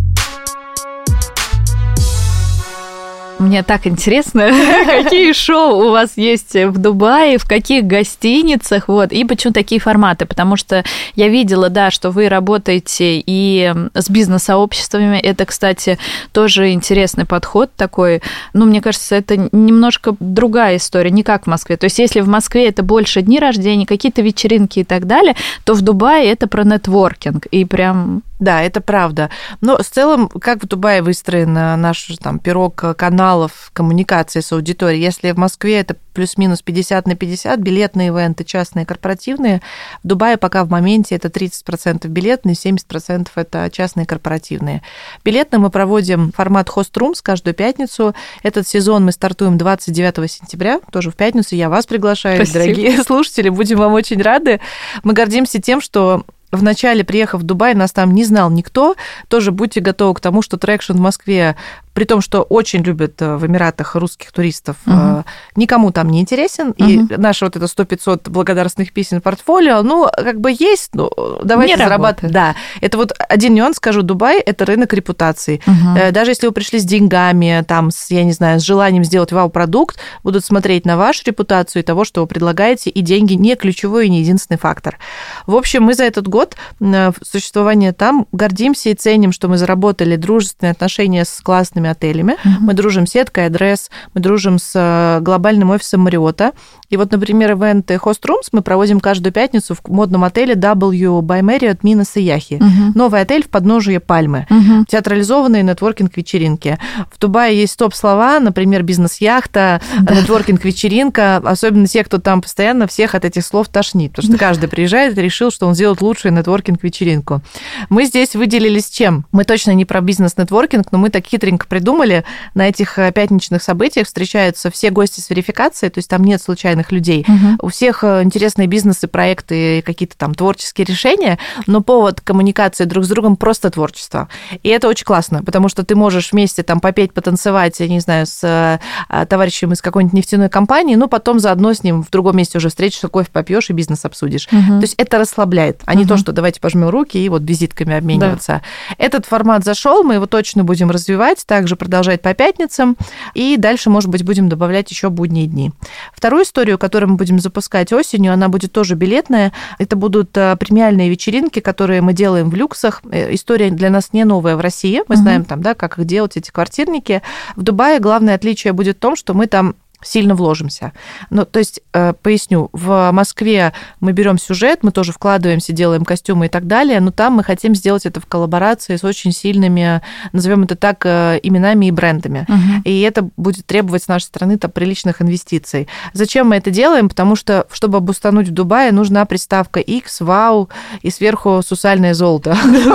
Speaker 2: Мне так интересно, какие шоу у вас есть в Дубае, в каких гостиницах, вот, и почему такие форматы, потому что я видела, да, что вы работаете и с бизнес-сообществами, это, кстати, тоже интересный подход такой, ну, мне кажется, это немножко другая история, не как в Москве, то есть если в Москве это больше дни рождения, какие-то вечеринки и так далее, то в Дубае это про нетворкинг, и прям...
Speaker 1: Да, это правда. Но в целом, как в Дубае выстроен наш там пирог каналов коммуникации с аудиторией, если в Москве это плюс-минус пятьдесят на пятьдесят, билетные ивенты, частные, корпоративные, в Дубае пока в моменте это тридцать процентов билетные, семьдесят процентов это частные, корпоративные. Билетные мы проводим формат Host Rooms каждую пятницу. Этот сезон мы стартуем двадцать девятого сентября, тоже в пятницу. Я вас приглашаю, Спасибо. Дорогие слушатели, будем вам очень рады. Мы гордимся тем, что вначале, приехав в Дубай, нас там не знал никто. Тоже будьте готовы к тому, что трекшн в Москве, при том, что очень любят в Эмиратах русских туристов, угу. никому там не интересен. Угу. И наши вот это сто-пятьсот благодарственных писем в портфолио, ну, как бы есть, ну, давайте зарабатывать. Да, это вот один нюанс, скажу, Дубай – это рынок репутации. Угу. Даже если вы пришли с деньгами, там, с, я не знаю, с желанием сделать вау-продукт, будут смотреть на вашу репутацию и того, что вы предлагаете, и деньги не ключевой и не единственный фактор. В общем, мы за этот год существования там гордимся и ценим, что мы заработали дружественные отношения с классными отелями. Mm-hmm. Мы дружим с сеткой Адрес, мы дружим с глобальным офисом Марриотта. И вот, например, ивенты Host Rooms мы проводим каждую пятницу в модном отеле W by Marriott Мина Сияхи. Mm-hmm. Новый отель в подножии Пальмы. Mm-hmm. Театрализованные нетворкинг-вечеринки. В Дубае есть топ-слова, например, бизнес-яхта, да. нетворкинг-вечеринка. Особенно те, кто там постоянно, всех от этих слов тошнит. Потому что да. каждый приезжает и решил, что он сделает лучшую нетворкинг-вечеринку. Мы здесь выделились чем? Мы точно не про бизнес-нетворкинг, но мы так хитренько придумали. На этих пятничных событиях встречаются все гости с верификацией, то есть там нет случайных людей. Угу. У всех интересные бизнесы, проекты, какие-то там творческие решения, но повод коммуникации друг с другом просто творчество. И это очень классно, потому что ты можешь вместе там попеть, потанцевать, я не знаю, с товарищем из какой-нибудь нефтяной компании, но потом заодно с ним в другом месте уже встретишься, кофе попьешь и бизнес обсудишь. Угу. То есть это расслабляет, а не угу. то, что давайте пожмем руки и вот визитками обмениваться. Да. Этот формат зашел, мы его точно будем развивать, также продолжать по пятницам, и дальше, может быть, будем добавлять еще будние дни. Вторую историю, которую мы будем запускать осенью, она будет тоже билетная. Это будут премиальные вечеринки, которые мы делаем в люксах. История для нас не новая в России. Мы угу. знаем там, да, как их делать, эти квартирники. В Дубае главное отличие будет в том, что мы там сильно вложимся. Ну, то есть, э, поясню, в Москве мы берем сюжет, мы тоже вкладываемся, делаем костюмы и так далее, но там мы хотим сделать это в коллаборации с очень сильными, назовем это так, именами и брендами. Uh-huh. И это будет требовать с нашей стороны там, приличных инвестиций. Зачем мы это делаем? Потому что, чтобы обустануть в Дубае, нужна приставка X, вау, и сверху сусальное золото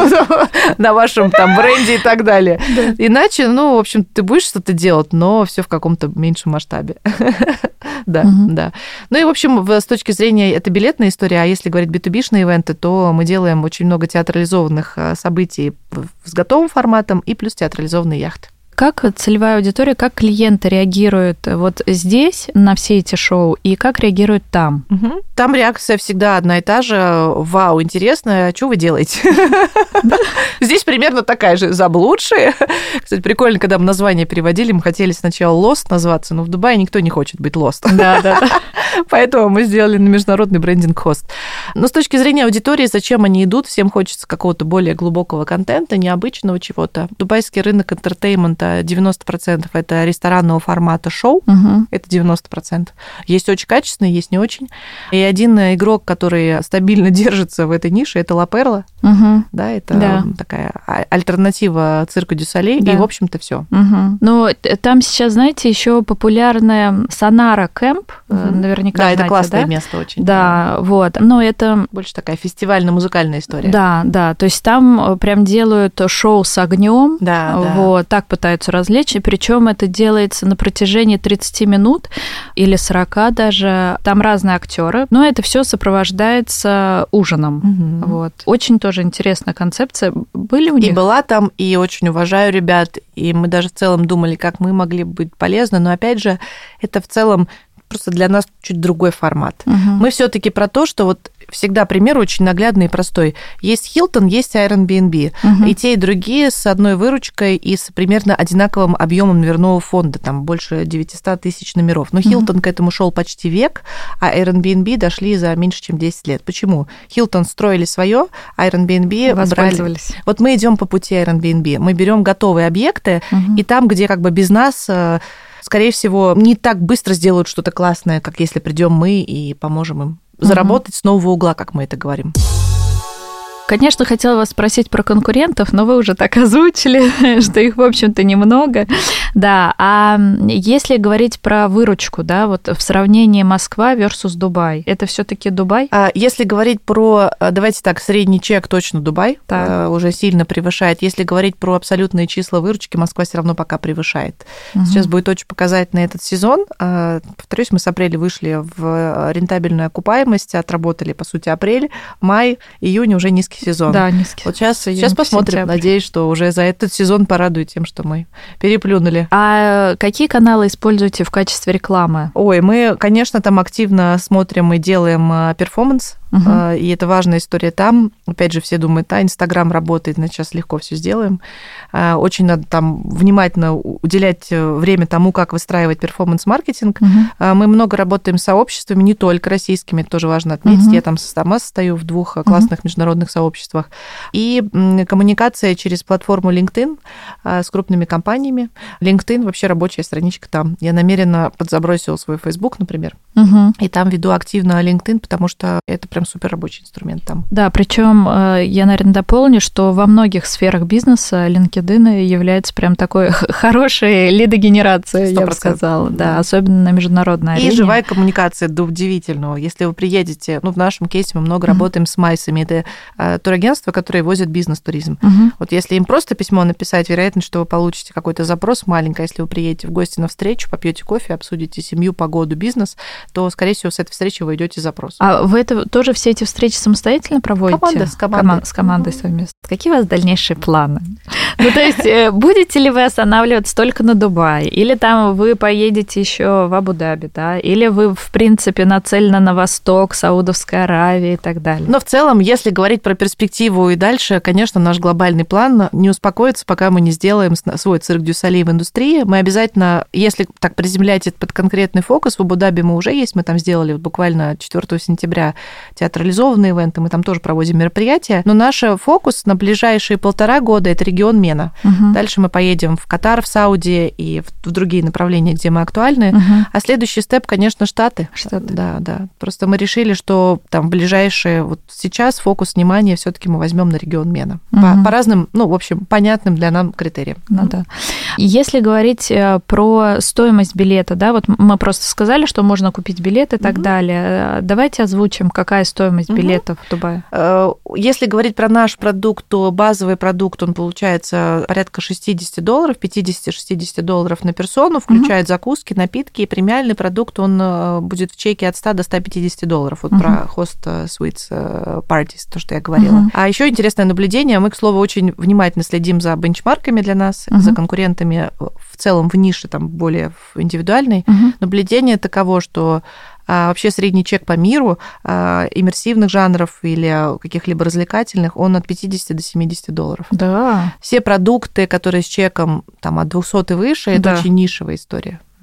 Speaker 1: на вашем там бренде и так далее. Иначе, ну, в общем, ты будешь что-то делать, но все в каком-то меньшем масштабе. Да, угу. да. Ну и, в общем, с точки зрения, это билетная история, а если говорить би ту би-шные ивенты, то мы делаем очень много театрализованных событий с готовым форматом и плюс театрализованные яхты.
Speaker 2: Как целевая аудитория, как клиенты реагируют вот здесь на все эти шоу и как реагируют там?
Speaker 1: Угу. Там реакция всегда одна и та же. Вау, интересно, что вы делаете? Здесь примерно такая же. Заблудшие. Кстати, прикольно, когда мы название переводили, мы хотели сначала Lost назваться, но в Дубае никто не хочет быть Lost.
Speaker 2: Да, да.
Speaker 1: Поэтому мы сделали на международный брендинг Host. Но с точки зрения аудитории, зачем они идут? Всем хочется какого-то более глубокого контента, необычного чего-то. Дубайский рынок энтертеймента это девяносто процентов это ресторанного формата шоу,
Speaker 2: угу.
Speaker 1: это девяносто процентов. Есть очень качественные, есть не очень. И один игрок, который стабильно держится в этой нише, это Ла Перла.
Speaker 2: Угу.
Speaker 1: Да, это
Speaker 2: да.
Speaker 1: такая альтернатива цирку дю Солей, да. И, в общем-то, все.
Speaker 2: Угу. Ну, там сейчас, знаете, еще популярная Сонара Кэмп, угу. наверняка
Speaker 1: Да,
Speaker 2: знаете,
Speaker 1: это классное
Speaker 2: да?
Speaker 1: место очень.
Speaker 2: Да, да, вот. Но это...
Speaker 1: Больше такая фестивально-музыкальная история.
Speaker 2: Да, да, то есть там прям делают шоу с огнем,
Speaker 1: да,
Speaker 2: вот,
Speaker 1: да.
Speaker 2: так пытаются развлечь, и причем это делается на протяжении тридцати минут или сорока даже. Там разные актеры, но это все сопровождается ужином. Угу. Вот. Очень тоже интересная концепция. Были у них?
Speaker 1: И была там, и очень уважаю ребят, и мы даже в целом думали, как мы могли быть полезны, но опять же, это в целом просто для нас чуть другой формат. Угу. Мы все-таки про то, что вот всегда пример очень наглядный и простой. Есть Hilton, есть Airbnb. Угу. И те, и другие с одной выручкой и с примерно одинаковым объемом номерного фонда, там больше девятьсот тысяч номеров. Но Hilton угу. к этому шел почти век, а Airbnb дошли за меньше, чем десять лет. Почему? Hilton строили свое, а Airbnb брали. Вот мы идем по пути Airbnb. Мы берем готовые объекты, угу. и там, где как бы без нас... скорее всего, не так быстро сделают что-то классное, как если придем мы и поможем им заработать угу. с нового угла, как мы это говорим.
Speaker 2: Конечно, хотела вас спросить про конкурентов, но вы уже так озвучили, что их, в общем-то, немного. Да, а если говорить про выручку, да, вот в сравнении Москва versus Дубай, это все-таки Дубай?
Speaker 1: А если говорить про, давайте так, средний чек, точно Дубай так. уже сильно превышает. Если говорить про абсолютные числа выручки, Москва все равно пока превышает. Угу. Сейчас будет очень показательный этот сезон. Повторюсь, мы с апреля вышли в рентабельную окупаемость, отработали, по сути, апрель, май, июнь уже низкий сезон.
Speaker 2: Да, низкий.
Speaker 1: Вот сейчас, сейчас посмотрим. Сентябрь. Надеюсь, что уже за этот сезон порадует тем, что мы переплюнули.
Speaker 2: А какие каналы используете в качестве рекламы?
Speaker 1: Ой, мы, конечно, там активно смотрим и делаем перформанс. Угу. И это важная история там. Опять же, все думают, а, Инстаграм работает, значит, сейчас легко все сделаем. Очень надо там внимательно уделять время тому, как выстраивать перформанс-маркетинг. Угу. Мы много работаем с сообществами, не только российскими, это тоже важно отметить. Угу. Я там сама состою в двух классных угу. международных сообществах. И коммуникация через платформу LinkedIn с крупными компаниями. LinkedIn вообще рабочая страничка там. Я намеренно подзабросила свой Facebook, например, угу. и там веду активно LinkedIn, потому что это прям супер рабочий инструмент там.
Speaker 2: Да, причем я, наверное, дополню, что во многих сферах бизнеса LinkedIn является прям такой хорошей лидогенерацией, я бы сказала. Да, да, особенно на международной арене.
Speaker 1: И живая коммуникация до удивительного. Если вы приедете, ну, в нашем кейсе мы много mm-hmm. работаем с Майсами, это а, турагентства, которые возят бизнес-туризм. Mm-hmm. Вот если им просто письмо написать, вероятность, что вы получите какой-то запрос маленький. Если вы приедете в гости на встречу, попьете кофе, обсудите семью, погоду, бизнес, то, скорее всего, с этой встречи вы идете запрос.
Speaker 2: А вы это тоже все эти встречи самостоятельно проводите?
Speaker 1: Команда, с командой.
Speaker 2: Коман- с командой mm-hmm. совместно. Какие у вас дальнейшие планы? Ну, то есть, будете ли вы останавливаться только на Дубае? Или там вы поедете еще в Абу-Даби, да? Или вы, в принципе, нацелены на восток, Саудовская Аравия и так далее?
Speaker 1: Но в целом, если говорить про перспективу и дальше, конечно, наш глобальный план не успокоится, пока мы не сделаем свой цирк дю Солей в индустрии. Мы обязательно, если так приземлять это под конкретный фокус, в Абу-Даби мы уже есть, мы там сделали вот буквально четвёртого сентября театрализованные ивенты, мы там тоже проводим мероприятия, но наш фокус на ближайшие полтора года – это регион Мена. Угу. Дальше мы поедем в Катар, в Сауди и в другие направления, где мы актуальны. Угу. А следующий степ, конечно, Штаты.
Speaker 2: Штаты.
Speaker 1: Да, да. Просто мы решили, что там в ближайшие, вот сейчас фокус внимания все-таки мы возьмем на регион Мена. Угу. По, по разным, ну, в общем, понятным для нас критериям.
Speaker 2: Ну да. Если говорить про стоимость билета, да, вот мы просто сказали, что можно купить билет и так угу. далее. Давайте озвучим, какая стоимость угу. билетов в Дубае.
Speaker 1: Если говорить про наш продукт, то базовый продукт, он получается порядка шестьдесят долларов, пятьдесят-шестьдесят долларов на персону, включает угу. закуски, напитки, и премиальный продукт, он будет в чеке от ста до ста пятидесяти долларов. Вот угу. про хост suites parties, то, что я говорила. Угу. А еще интересное наблюдение, мы, к слову, очень внимательно следим за бенчмарками для нас, угу. за конкурентами в целом в нише, там, более индивидуальной. Угу. Наблюдение таково, что а вообще средний чек по миру а, иммерсивных жанров или каких-либо развлекательных, он от пятидесяти до семидесяти долларов.
Speaker 2: Да.
Speaker 1: Все продукты, которые с чеком там, от двухсот и выше, это да. очень нишевая история.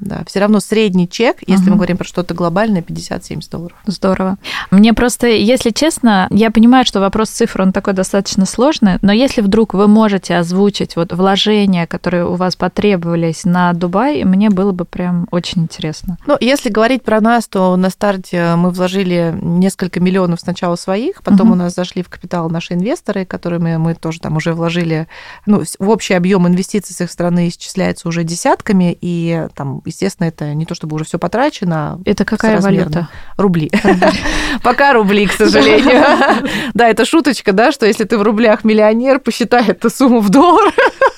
Speaker 1: да. Все равно средний чек, если угу. мы говорим про что-то глобальное, пятьдесят-семьдесят долларов.
Speaker 2: Здорово. Мне просто, если честно, я понимаю, что вопрос цифр, он такой достаточно сложный, но если вдруг вы можете озвучить вот вложения, которые у вас потребовались на Дубай, мне было бы прям очень интересно.
Speaker 1: Ну, если говорить про нас, то на старте мы вложили несколько миллионов сначала своих, потом угу. у нас зашли в капитал наши инвесторы, которыми мы тоже там уже вложили, ну, в общий объем инвестиций с их стороны исчисляется уже десятками, и там, естественно, это не то чтобы уже все потрачено.
Speaker 2: Это какая валюта?
Speaker 1: Рубли. Пока рубли, к сожалению. Да, это шуточка, да, что если ты в рублях миллионер, посчитай эту сумму в доллар.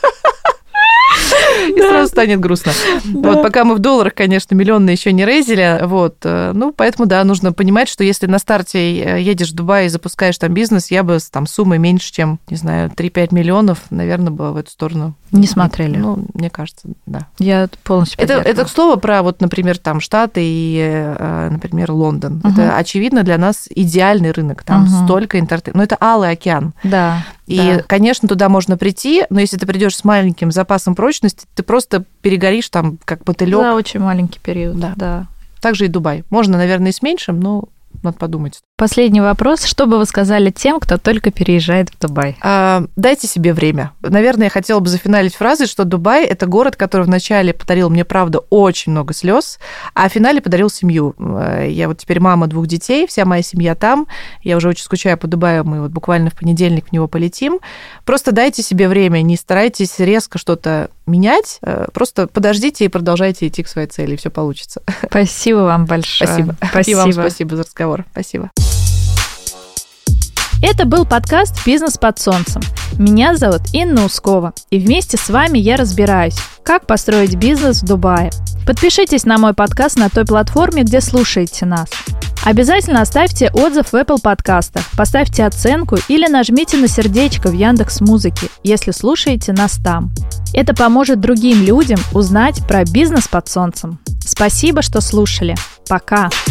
Speaker 1: И да. сразу станет грустно. Да. Вот, пока мы в долларах, конечно, миллионные еще не рейзили, вот, ну, поэтому, да, нужно понимать, что если на старте едешь в Дубай и запускаешь там бизнес, я бы с там суммой меньше, чем, не знаю, три-пять миллионов, наверное, бы в эту сторону
Speaker 2: не смотрели.
Speaker 1: Ну, мне кажется, да.
Speaker 2: Я полностью
Speaker 1: это, это, к слову, про, вот, например, там Штаты и, например, Лондон. Угу. Это, очевидно, для нас идеальный рынок. Там угу. столько интернета. Ну, это алый океан.
Speaker 2: Да.
Speaker 1: И,
Speaker 2: да.
Speaker 1: конечно, туда можно прийти, но если ты придешь с маленьким запасом прочности, ты просто перегоришь там, как мотылёк.
Speaker 2: За очень маленький период,
Speaker 1: да.
Speaker 2: да.
Speaker 1: Так же и Дубай. Можно, наверное, и с меньшим, но надо подумать.
Speaker 2: Последний вопрос. Что бы вы сказали тем, кто только переезжает в Дубай?
Speaker 1: А, дайте себе время. Наверное, я хотела бы зафиналить фразой, что Дубай – это город, который вначале подарил мне, правда, очень много слез, а в финале подарил семью. Я вот теперь мама двух детей, вся моя семья там. Я уже очень скучаю по Дубаю, мы вот буквально в понедельник в него полетим. Просто дайте себе время, не старайтесь резко что-то менять, просто подождите и продолжайте идти к своей цели, и все получится.
Speaker 2: Спасибо вам большое.
Speaker 1: Спасибо.
Speaker 2: Спасибо.
Speaker 1: И вам спасибо за разговор. Спасибо.
Speaker 2: Это был подкаст «Бизнес под солнцем». Меня зовут Инна Ускова, и вместе с вами я разбираюсь, как построить бизнес в Дубае. Подпишитесь на мой подкаст на той платформе, где слушаете нас. Обязательно оставьте отзыв в Apple подкастах, поставьте оценку или нажмите на сердечко в Яндекс.Музыке, если слушаете нас там. Это поможет другим людям узнать про бизнес под солнцем. Спасибо, что слушали. Пока!